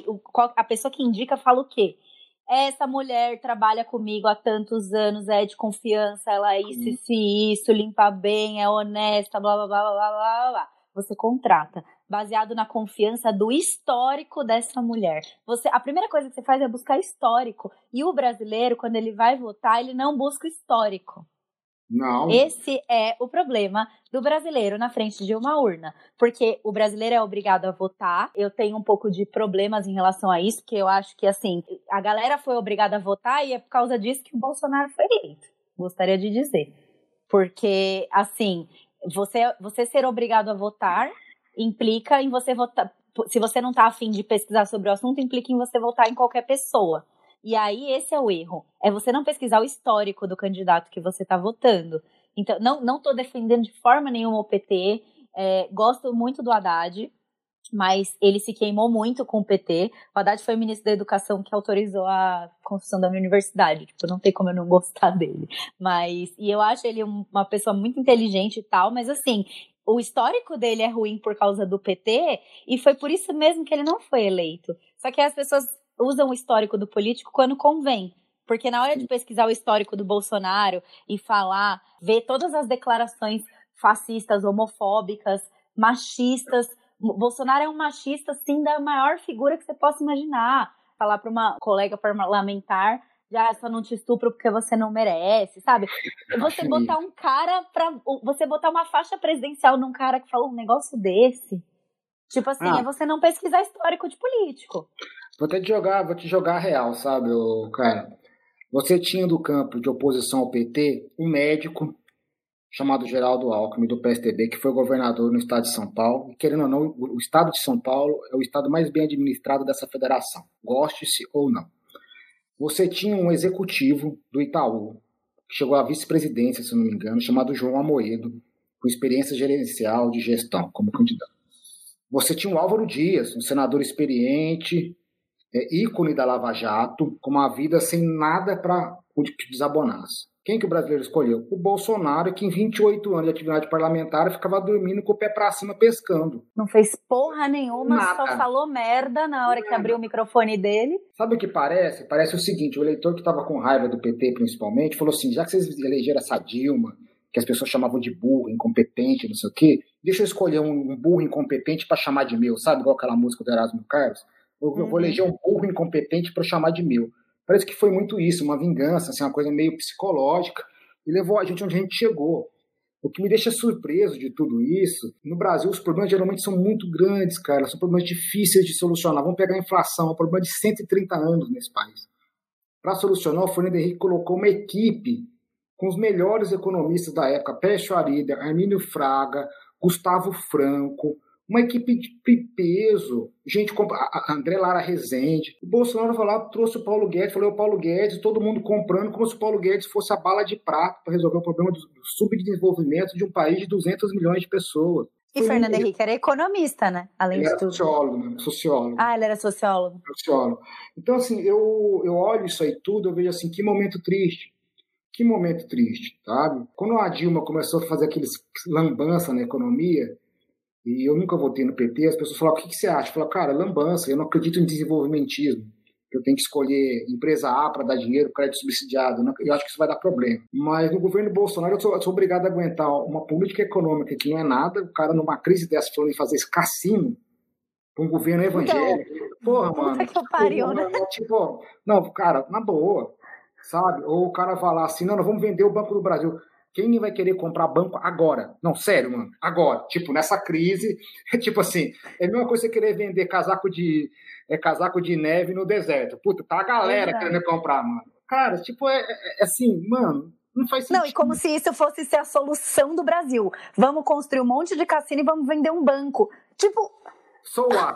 a pessoa que indica fala o quê? Essa mulher trabalha comigo há tantos anos, é de confiança, ela é isso, limpa bem, é honesta, blá, blá, blá, blá, blá, blá, blá. Você contrata, baseado na confiança do histórico dessa mulher. A primeira coisa que você faz é buscar histórico. E o brasileiro, quando ele vai votar, ele não busca histórico. Não. Esse é o problema do brasileiro na frente de uma urna, porque o brasileiro é obrigado a votar. Eu tenho um pouco de problemas em relação a isso, porque eu acho que, assim, a galera foi obrigada a votar e é por causa disso que o Bolsonaro foi eleito, gostaria de dizer. Porque, assim, você ser obrigado a votar implica em você votar, se você não tá afim de pesquisar sobre o assunto, implica em você votar em qualquer pessoa. E aí, esse é o erro. É você não pesquisar o histórico do candidato que você está votando. Então, não estou defendendo de forma nenhuma o PT. Gosto muito do Haddad. mas ele se queimou muito com o PT. O Haddad foi o ministro da Educação que autorizou a construção da minha universidade. Tipo, não tem como eu não gostar dele. E eu acho ele uma pessoa muito inteligente e tal, mas assim, o histórico dele é ruim por causa do PT, e foi por isso mesmo que ele não foi eleito. Só que as pessoas usam o histórico do político quando convém. Porque na hora de pesquisar o histórico do Bolsonaro e falar, ver todas as declarações fascistas, homofóbicas, machistas, Bolsonaro é um machista, assim, da maior figura que você possa imaginar. Falar para uma colega parlamentar, já só não te estupro porque você não merece, sabe? Você botar um cara você botar uma faixa presidencial num cara que falou um negócio desse. Tipo assim, é você não pesquisar histórico de político. Vou te jogar a real, sabe, cara? Você tinha do campo de oposição ao PT um médico chamado Geraldo Alckmin, do PSDB, que foi governador no estado de São Paulo. E, querendo ou não, o estado de São Paulo é o estado mais bem administrado dessa federação, goste-se ou não. Você tinha um executivo do Itaú, que chegou à vice-presidência, se não me engano, chamado João Amoedo, com experiência gerencial de gestão como candidato. Você tinha o Álvaro Dias, um senador experiente, ícone da Lava Jato, com uma vida sem nada para que desabonasse. Quem que o brasileiro escolheu? O Bolsonaro, que em 28 anos de atividade parlamentar ficava dormindo com o pé pra cima pescando. Não fez porra nenhuma, só falou merda na hora que abriu o microfone dele. Sabe o que parece? Parece o seguinte, o eleitor que estava com raiva do PT principalmente, falou assim, já que vocês elegeram essa Dilma, que as pessoas chamavam de burro, incompetente, não sei o quê, deixa eu escolher um burro incompetente para chamar de meu, sabe? Igual aquela música do Erasmo Carlos. Eu vou eleger um burro incompetente para chamar de meu. Parece que foi muito isso, uma vingança, assim, uma coisa meio psicológica, e levou a gente onde a gente chegou. O que me deixa surpreso de tudo isso, no Brasil os problemas geralmente são muito grandes, cara, são problemas difíceis de solucionar. Vamos pegar a inflação, um problema de 130 anos nesse país. Para solucionar, o Fernando Henrique colocou uma equipe com os melhores economistas da época, Pécio Arida, Armínio Fraga, Gustavo Franco, uma equipe de peso, gente como André Lara Rezende. O Bolsonaro foi lá, trouxe o Paulo Guedes, falou o Paulo Guedes, todo mundo comprando como se o Paulo Guedes fosse a bala de prata para resolver o problema do subdesenvolvimento de um país de 200 milhões de pessoas. E Fernando Henrique era economista, né? Além de tudo. Sociólogo. Ah, ele era sociólogo. Então, assim, eu olho isso aí tudo, eu vejo assim, que momento triste. Que momento triste, sabe? Quando a Dilma começou a fazer aqueles lambança na economia, e eu nunca votei no PT, as pessoas falavam, o que você acha? Eu falava, cara, lambança, eu não acredito em desenvolvimentismo. Eu tenho que escolher empresa A para dar dinheiro, crédito subsidiado. Eu acho que isso vai dar problema. Mas no governo Bolsonaro eu sou obrigado a aguentar uma política econômica que não é nada, o cara numa crise dessa falando de fazer esse cassino para um governo evangélico. Então, porra, mano. Que pariu, né? Tipo, não, cara, na boa, sabe? Ou o cara falar assim, não, nós vamos vender o Banco do Brasil. Quem vai querer comprar banco agora? Não, sério, mano, agora. Tipo, nessa crise, tipo assim, é a mesma coisa você querer vender casaco de neve no deserto. Puta, tá a galera querendo comprar, mano. Cara, tipo, é assim, mano, não faz sentido. Não, e como se isso fosse ser a solução do Brasil. Vamos construir um monte de cassino e vamos vender um banco. Tipo... So what?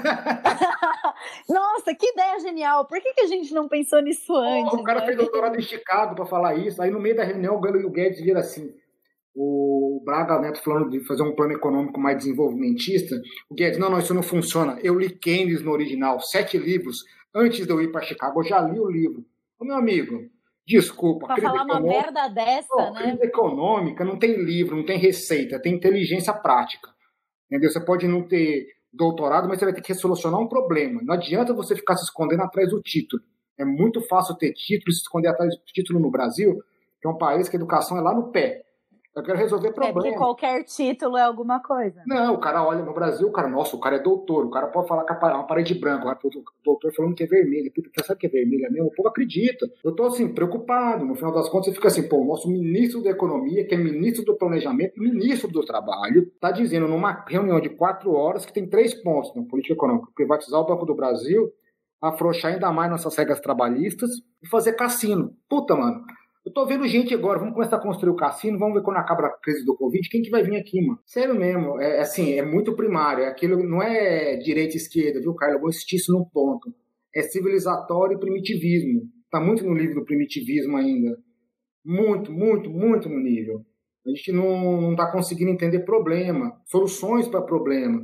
Nossa, que ideia genial. Por que a gente não pensou nisso antes? O cara fez doutorado em Chicago para falar isso. Aí no meio da reunião o Guedes vira assim. O Braga Neto falando de fazer um plano econômico mais desenvolvimentista. O Guedes, não, isso não funciona. Eu li Keynes no original, 7 livros, antes de eu ir para Chicago. Eu já li o livro. Ô, meu amigo, desculpa. Para falar uma merda dessa, né? Crise econômica não tem livro, não tem receita, tem inteligência prática. Entendeu? Você pode não ter doutorado, mas você vai ter que solucionar um problema. Não adianta você ficar se escondendo atrás do título. É muito fácil ter título e se esconder atrás do título no Brasil, que é um país que a educação é lá no pé. Eu quero resolver problema. Porque qualquer título é alguma coisa. Não, o cara olha no Brasil, o cara é doutor, o cara pode falar que é uma parede branca, o doutor falando que é vermelha. Puta, você sabe que é vermelha mesmo? O povo acredita. Eu tô assim, preocupado. No final das contas, você fica assim, o nosso ministro da Economia, que é ministro do Planejamento, ministro do Trabalho, tá dizendo numa reunião de 4 horas que tem 3 pontos na política econômica: privatizar o Banco do Brasil, afrouxar ainda mais nossas regras trabalhistas e fazer cassino. Puta, mano. Eu tô vendo gente agora, vamos começar a construir o cassino, vamos ver quando acaba a crise do Covid, quem que vai vir aqui, mano? Sério mesmo, é muito primário, aquilo não é direita e esquerda, viu, Carlos? Eu vou insistir isso num ponto. É civilizatório e primitivismo. Tá muito no nível do primitivismo ainda. Muito, muito, muito no nível. A gente não tá conseguindo entender problema, soluções para problema.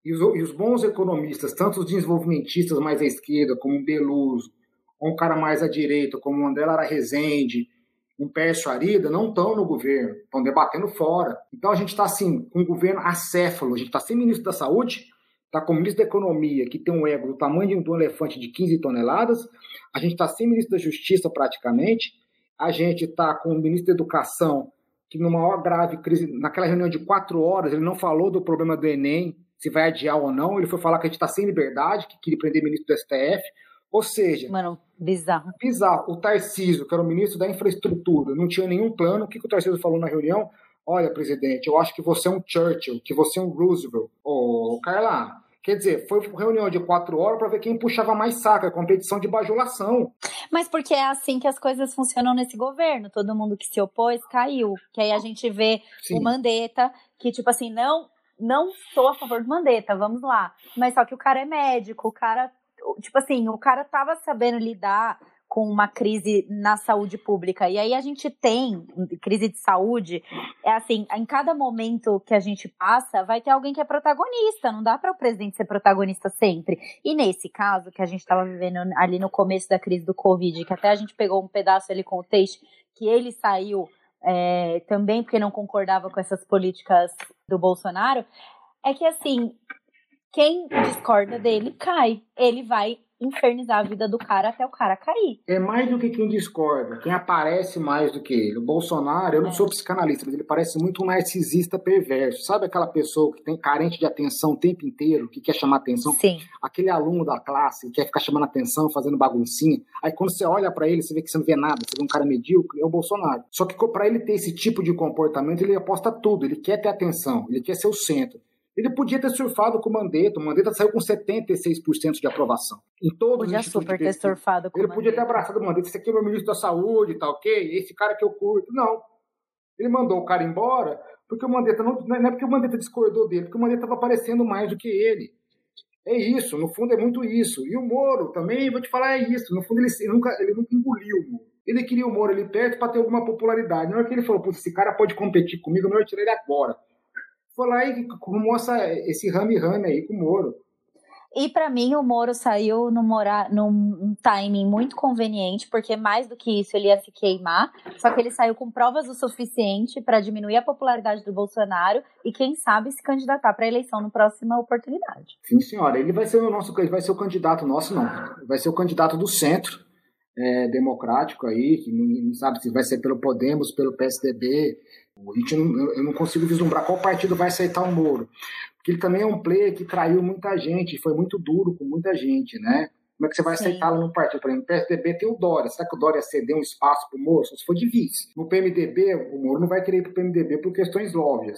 E os bons economistas, tanto os desenvolvimentistas mais à esquerda, como o Beluso, ou um cara mais à direita, como o André Lara Rezende, um Pércio Arida, não estão no governo, estão debatendo fora. Então a gente está assim, com um governo acéfalo, a gente está sem ministro da Saúde, está com o ministro da Economia, que tem um ego do tamanho de um elefante de 15 toneladas, a gente está sem ministro da Justiça praticamente, a gente está com o ministro da Educação, que numa maior grave crise, naquela reunião de 4 horas, ele não falou do problema do Enem, se vai adiar ou não, ele foi falar que a gente está sem liberdade, que queria prender o ministro do STF, ou seja... Mano, bizarro. Bizarro. O Tarcísio, que era o ministro da Infraestrutura, não tinha nenhum plano. O que o Tarcísio falou na reunião? Olha, presidente, eu acho que você é um Churchill, que você é um Roosevelt. Ô, Carla, quer dizer, foi uma reunião de 4 horas para ver quem puxava mais saco, a competição de bajulação. Mas porque é assim que as coisas funcionam nesse governo. Todo mundo que se opôs caiu. Que aí a gente vê o Mandetta, que tipo assim, não sou a favor do Mandetta, vamos lá. Mas só que o cara é médico, o cara... Tipo assim, o cara tava sabendo lidar com uma crise na saúde pública. E aí a gente tem crise de saúde, é assim, em cada momento que a gente passa, vai ter alguém que é protagonista. Não dá para o presidente ser protagonista sempre. E nesse caso, que a gente tava vivendo ali no começo da crise do Covid, que até a gente pegou um pedaço ali com o Teixe, que ele saiu também porque não concordava com essas políticas do Bolsonaro, é que assim... Quem discorda dele, cai. Ele vai infernizar a vida do cara até o cara cair. É mais do que quem discorda. Quem aparece mais do que ele. O Bolsonaro, eu não sou psicanalista, mas ele parece muito um narcisista perverso. Sabe aquela pessoa que tem carente de atenção o tempo inteiro, que quer chamar atenção? Sim. Aquele aluno da classe que quer ficar chamando atenção, fazendo baguncinha. Aí quando você olha pra ele, você vê que você não vê nada, você vê um cara medíocre, é o Bolsonaro. Só que pra ele ter esse tipo de comportamento, ele aposta tudo. Ele quer ter atenção, ele quer ser o centro. Ele podia ter surfado com o Mandetta saiu com 76% de aprovação. Em todos podia super ter surfado com o Mandetta. Ele podia ter abraçado o Mandetta, esse aqui é o meu ministro da Saúde, tá ok? Esse cara que eu curto. Não. Ele mandou o cara embora porque o Mandetta, não é porque o Mandetta discordou dele, porque o Mandetta estava aparecendo mais do que ele. É isso, no fundo é muito isso. E o Moro também, vou te falar, é isso. No fundo ele nunca engoliu o Moro. Ele queria o Moro ali perto para ter alguma popularidade. Não é que ele falou, esse cara pode competir comigo, não, eu tirei ele agora. Foi lá e arrumou esse rame-rame aí com o Moro. E para mim o Moro saiu num timing muito conveniente, porque mais do que isso ele ia se queimar, só que ele saiu com provas o suficiente para diminuir a popularidade do Bolsonaro e quem sabe se candidatar para a eleição na próxima oportunidade. Sim, senhora. Ele vai ser ele vai ser o candidato nosso, não. Vai ser o candidato do centro democrático aí, que não sabe se vai ser pelo Podemos, pelo PSDB. Eu não consigo vislumbrar qual partido vai aceitar o Moro. Porque ele também é um player que traiu muita gente, foi muito duro com muita gente, né? Como é que você vai aceitá-lo no partido? Por exemplo, no PSDB tem o Dória. Será que o Dória cedeu um espaço para o Moro? Só se for de vice. No PMDB, o Moro não vai querer ir para o PMDB por questões óbvias.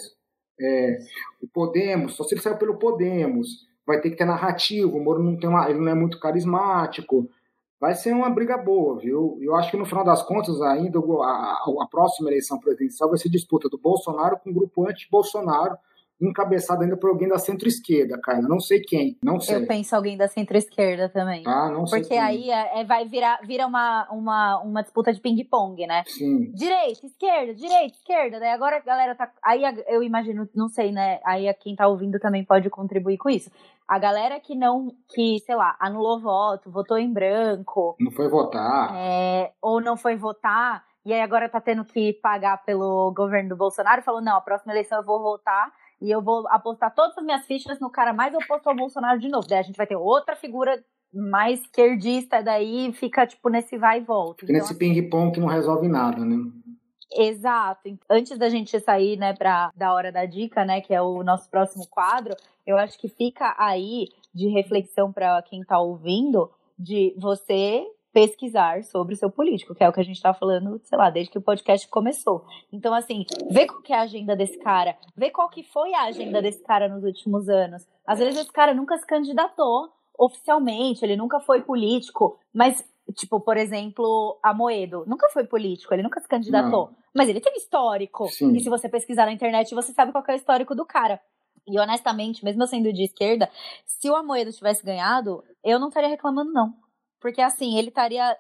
O Podemos, só se ele saiu pelo Podemos, vai ter que ter narrativa. O Moro ele não é muito carismático. Vai ser uma briga boa, viu? Eu acho que no final das contas, ainda a próxima eleição presidencial vai ser disputa do Bolsonaro com um grupo anti-Bolsonaro, encabeçado ainda por alguém da centro-esquerda, cara. Não sei quem, não sei. Eu penso alguém da centro-esquerda também. Não sei. Porque aí vai vira uma disputa de ping-pong, né? Sim. Direita, esquerda. Daí agora a galera tá... Aí eu imagino, não sei, né? Aí quem tá ouvindo também pode contribuir com isso. A galera que sei lá, anulou voto, votou em branco. Não foi votar. Ou não foi votar, e aí agora tá tendo que pagar pelo governo do Bolsonaro, falou, não, a próxima eleição eu vou votar e eu vou apostar todas as minhas fichas no cara mais oposto ao Bolsonaro de novo. Daí a gente vai ter outra figura mais esquerdista, daí fica tipo nesse vai e volta. Então, nesse ping-pong que não resolve nada, né? Exato. Antes da gente sair, né, da hora da dica, né, que é o nosso próximo quadro, eu acho que fica aí de reflexão para quem tá ouvindo, de você pesquisar sobre o seu político, que é o que a gente tá falando, sei lá, desde que o podcast começou. Então, assim, vê qual que é a agenda desse cara, vê qual que foi a agenda desse cara nos últimos anos. Às vezes esse cara nunca se candidatou oficialmente, ele nunca foi político, mas... Tipo, por exemplo, Amoedo nunca foi político, ele nunca se candidatou, mas ele tem histórico. Sim. E se você pesquisar na internet, você sabe qual que é o histórico do cara. E honestamente, mesmo eu sendo de esquerda, se o Amoedo tivesse ganhado, eu não estaria reclamando, não. Porque assim, ele estaria...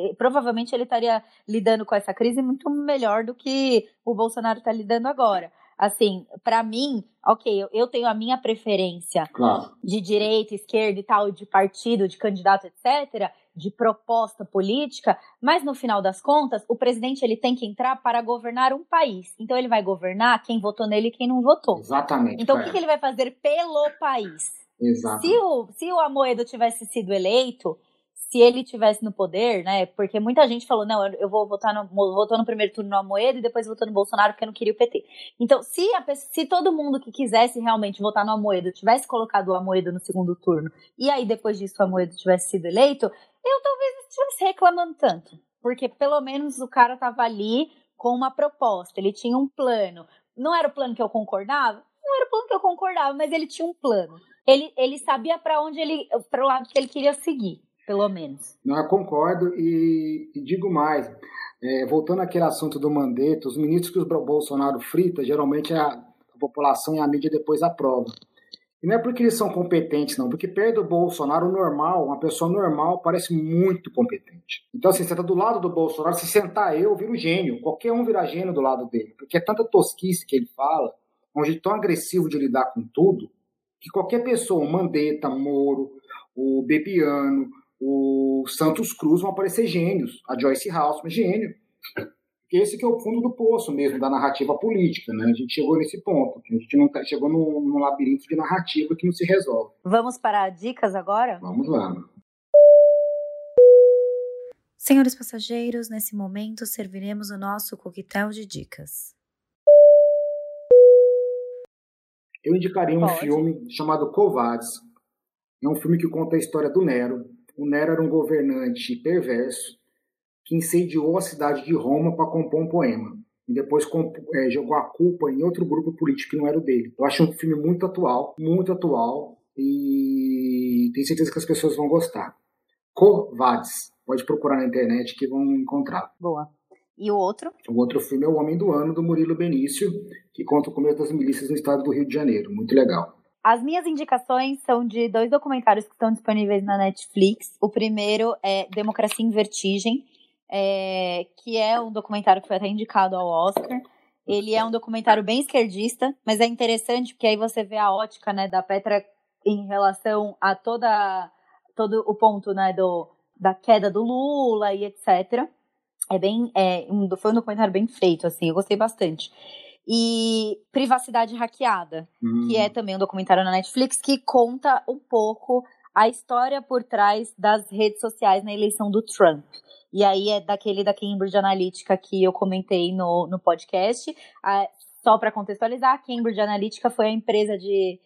provavelmente ele estaria lidando com essa crise muito melhor do que o Bolsonaro está lidando agora. Assim, pra mim, ok, eu tenho a minha preferência de direita, esquerda e tal, de partido, de candidato, etc., de proposta política, mas no final das contas, o presidente ele tem que entrar para governar um país. Então ele vai governar quem votou nele e quem não votou. Exatamente. Então o que ele vai fazer pelo país? Exato. Se o Amoedo tivesse sido eleito, se ele tivesse no poder, né? Porque muita gente falou, não, eu vou votar no primeiro turno no Amoedo e depois votou no Bolsonaro porque eu não queria o PT. Então, se todo mundo que quisesse realmente votar no Amoedo tivesse colocado o Amoedo no segundo turno e aí depois disso o Amoedo tivesse sido eleito, eu talvez não estivesse reclamando tanto. Porque pelo menos o cara tava ali com uma proposta, ele tinha um plano. Não era o plano que eu concordava? Não era o plano que eu concordava, mas ele tinha um plano. Ele sabia para o lado que ele queria seguir. Pelo menos. Não, eu concordo e digo mais. Voltando àquele assunto do Mandetta, os ministros que o Bolsonaro frita, geralmente a população e a mídia depois aprova. E não é porque eles são competentes, não. Porque perto do Bolsonaro, normal, uma pessoa normal parece muito competente. Então, assim, você está do lado do Bolsonaro, se sentar eu viro gênio. Qualquer um vira gênio do lado dele. Porque é tanta tosquice que ele fala, um jeito tão agressivo de lidar com tudo, que qualquer pessoa, o Mandetta, Moro, o Bebiano, o Santos Cruz vão aparecer gênios, a Joyce Haussmann, gênio. Porque esse que é o fundo do poço mesmo, da narrativa política, né? A gente chegou nesse ponto, a gente não chegou num labirinto de narrativa que não se resolve. Vamos para dicas agora? Vamos lá. Senhores passageiros, nesse momento serviremos o nosso coquetel de dicas. Eu indicaria um filme chamado Covardes. É um filme que conta a história do Nero. O Nero era um governante perverso que incendiou a cidade de Roma para compor um poema. E depois jogou a culpa em outro grupo político que não era o dele. Eu acho um filme muito atual, e tenho certeza que as pessoas vão gostar. Covardes. Pode procurar na internet que vão encontrar. Boa. E o outro? O outro filme é O Homem do Ano, do Murilo Benício, que conta o começo das milícias no estado do Rio de Janeiro. Muito legal. As minhas indicações são de 2 documentários que estão disponíveis na Netflix. O primeiro é Democracia em Vertigem, que é um documentário que foi até indicado ao Oscar. Ele é um documentário bem esquerdista, mas é interessante porque aí você vê a ótica, né, da Petra em relação a todo o ponto, né, da queda do Lula e etc. Foi um documentário bem feito, assim, eu gostei bastante. E Privacidade Hackeada, que é também um documentário na Netflix que conta um pouco a história por trás das redes sociais na eleição do Trump. E aí é daquele da Cambridge Analytica que eu comentei no podcast. Só para contextualizar, a Cambridge Analytica foi a empresa de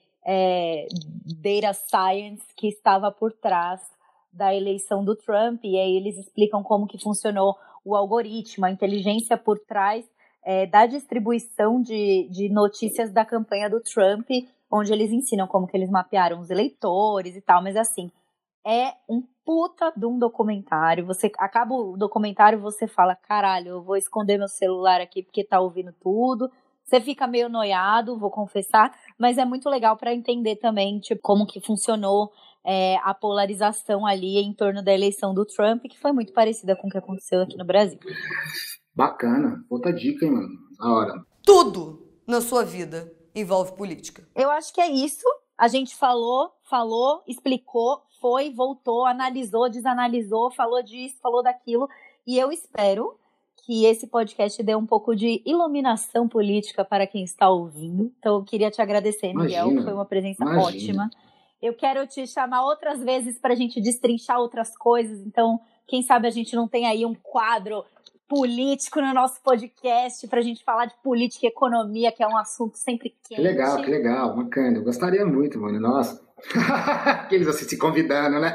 data science que estava por trás da eleição do Trump. E aí eles explicam como que funcionou o algoritmo, a inteligência por trás da distribuição de notícias da campanha do Trump, onde eles ensinam como que eles mapearam os eleitores e tal, mas assim, é um puta de um documentário. Você acaba o documentário, você fala, caralho, eu vou esconder meu celular aqui porque tá ouvindo tudo. Você fica meio noiado, vou confessar, mas é muito legal para entender também, tipo, como que funcionou a polarização ali em torno da eleição do Trump, que foi muito parecida com o que aconteceu aqui no Brasil. Bacana. Outra dica, hein, mano? A hora. Tudo na sua vida envolve política. Eu acho que é isso. A gente falou, explicou, foi, voltou, analisou, desanalisou, falou disso, falou daquilo. E eu espero que esse podcast dê um pouco de iluminação política para quem está ouvindo. Então, eu queria te agradecer, Miguel, que foi uma presença ótima. Eu quero te chamar outras vezes para a gente destrinchar outras coisas. Então, quem sabe a gente não tem aí um quadro político no nosso podcast pra gente falar de política e economia, que é um assunto sempre quente. Que legal, bacana. Eu gostaria muito, mano. Nossa. Aqueles assim se convidando, né?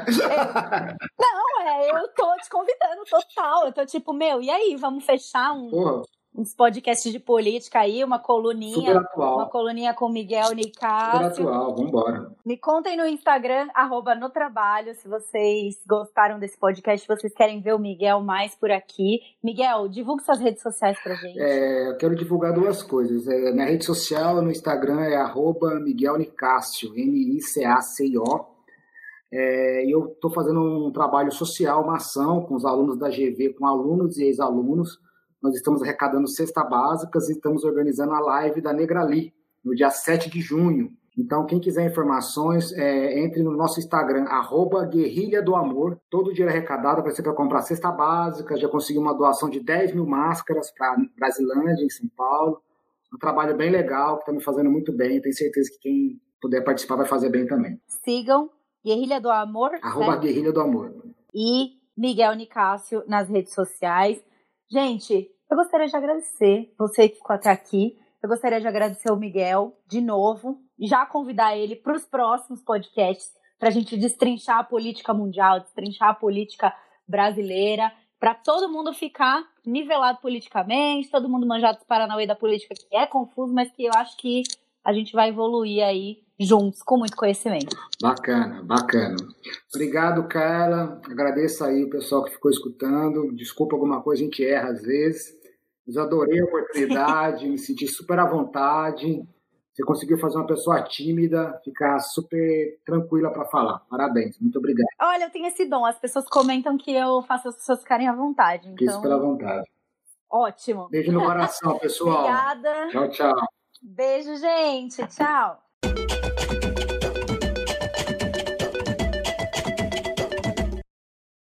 Eu tô te convidando total. Eu tô tipo, e aí, vamos fechar uns podcasts de política aí, uma coluninha. Super atual. Uma coluninha com Miguel Nicásio. Super atual, vambora. Me contem no Instagram, @notrabalho, se vocês gostaram desse podcast, se vocês querem ver o Miguel mais por aqui. Miguel, divulgue suas redes sociais pra gente. Eu quero divulgar 2 coisas. Minha rede social no Instagram é @Miguel Nicásio, Nicacio. E eu estou fazendo um trabalho social, uma ação com os alunos da GV, com alunos e ex-alunos, nós estamos arrecadando cestas básicas e estamos organizando a live da Negrali, no dia 7 de junho. Então, quem quiser informações, entre no nosso Instagram, @Guerrilha do Amor. Todo o dinheiro arrecadado vai ser para comprar cesta básica. Já consegui uma doação de 10 mil máscaras para Brasilândia, em São Paulo. Um trabalho bem legal, que está me fazendo muito bem. Tenho certeza que quem puder participar vai fazer bem também. Sigam Guerrilha do Amor. @Guerrilha do Amor. E Miguel Nicásio nas redes sociais. Gente, eu gostaria de agradecer você que ficou até aqui. Eu gostaria de agradecer o Miguel de novo, já convidar ele para os próximos podcasts, para a gente destrinchar a política mundial, destrinchar a política brasileira, para todo mundo ficar nivelado politicamente, todo mundo manjar dos paranauê da política, que é confuso, mas que eu acho que a gente vai evoluir aí juntos, com muito conhecimento. Bacana, bacana. Obrigado, Carla. Agradeço aí o pessoal que ficou escutando. Desculpa alguma coisa, a gente erra às vezes. Mas eu adorei a oportunidade, me senti super à vontade. Você conseguiu fazer uma pessoa tímida ficar super tranquila para falar. Parabéns, muito obrigado. Olha, eu tenho esse dom. As pessoas comentam que eu faço as pessoas ficarem à vontade. Então... Fique pela vontade. Ótimo. Beijo no coração, pessoal. Obrigada. Tchau, tchau. Beijo, gente. Tchau.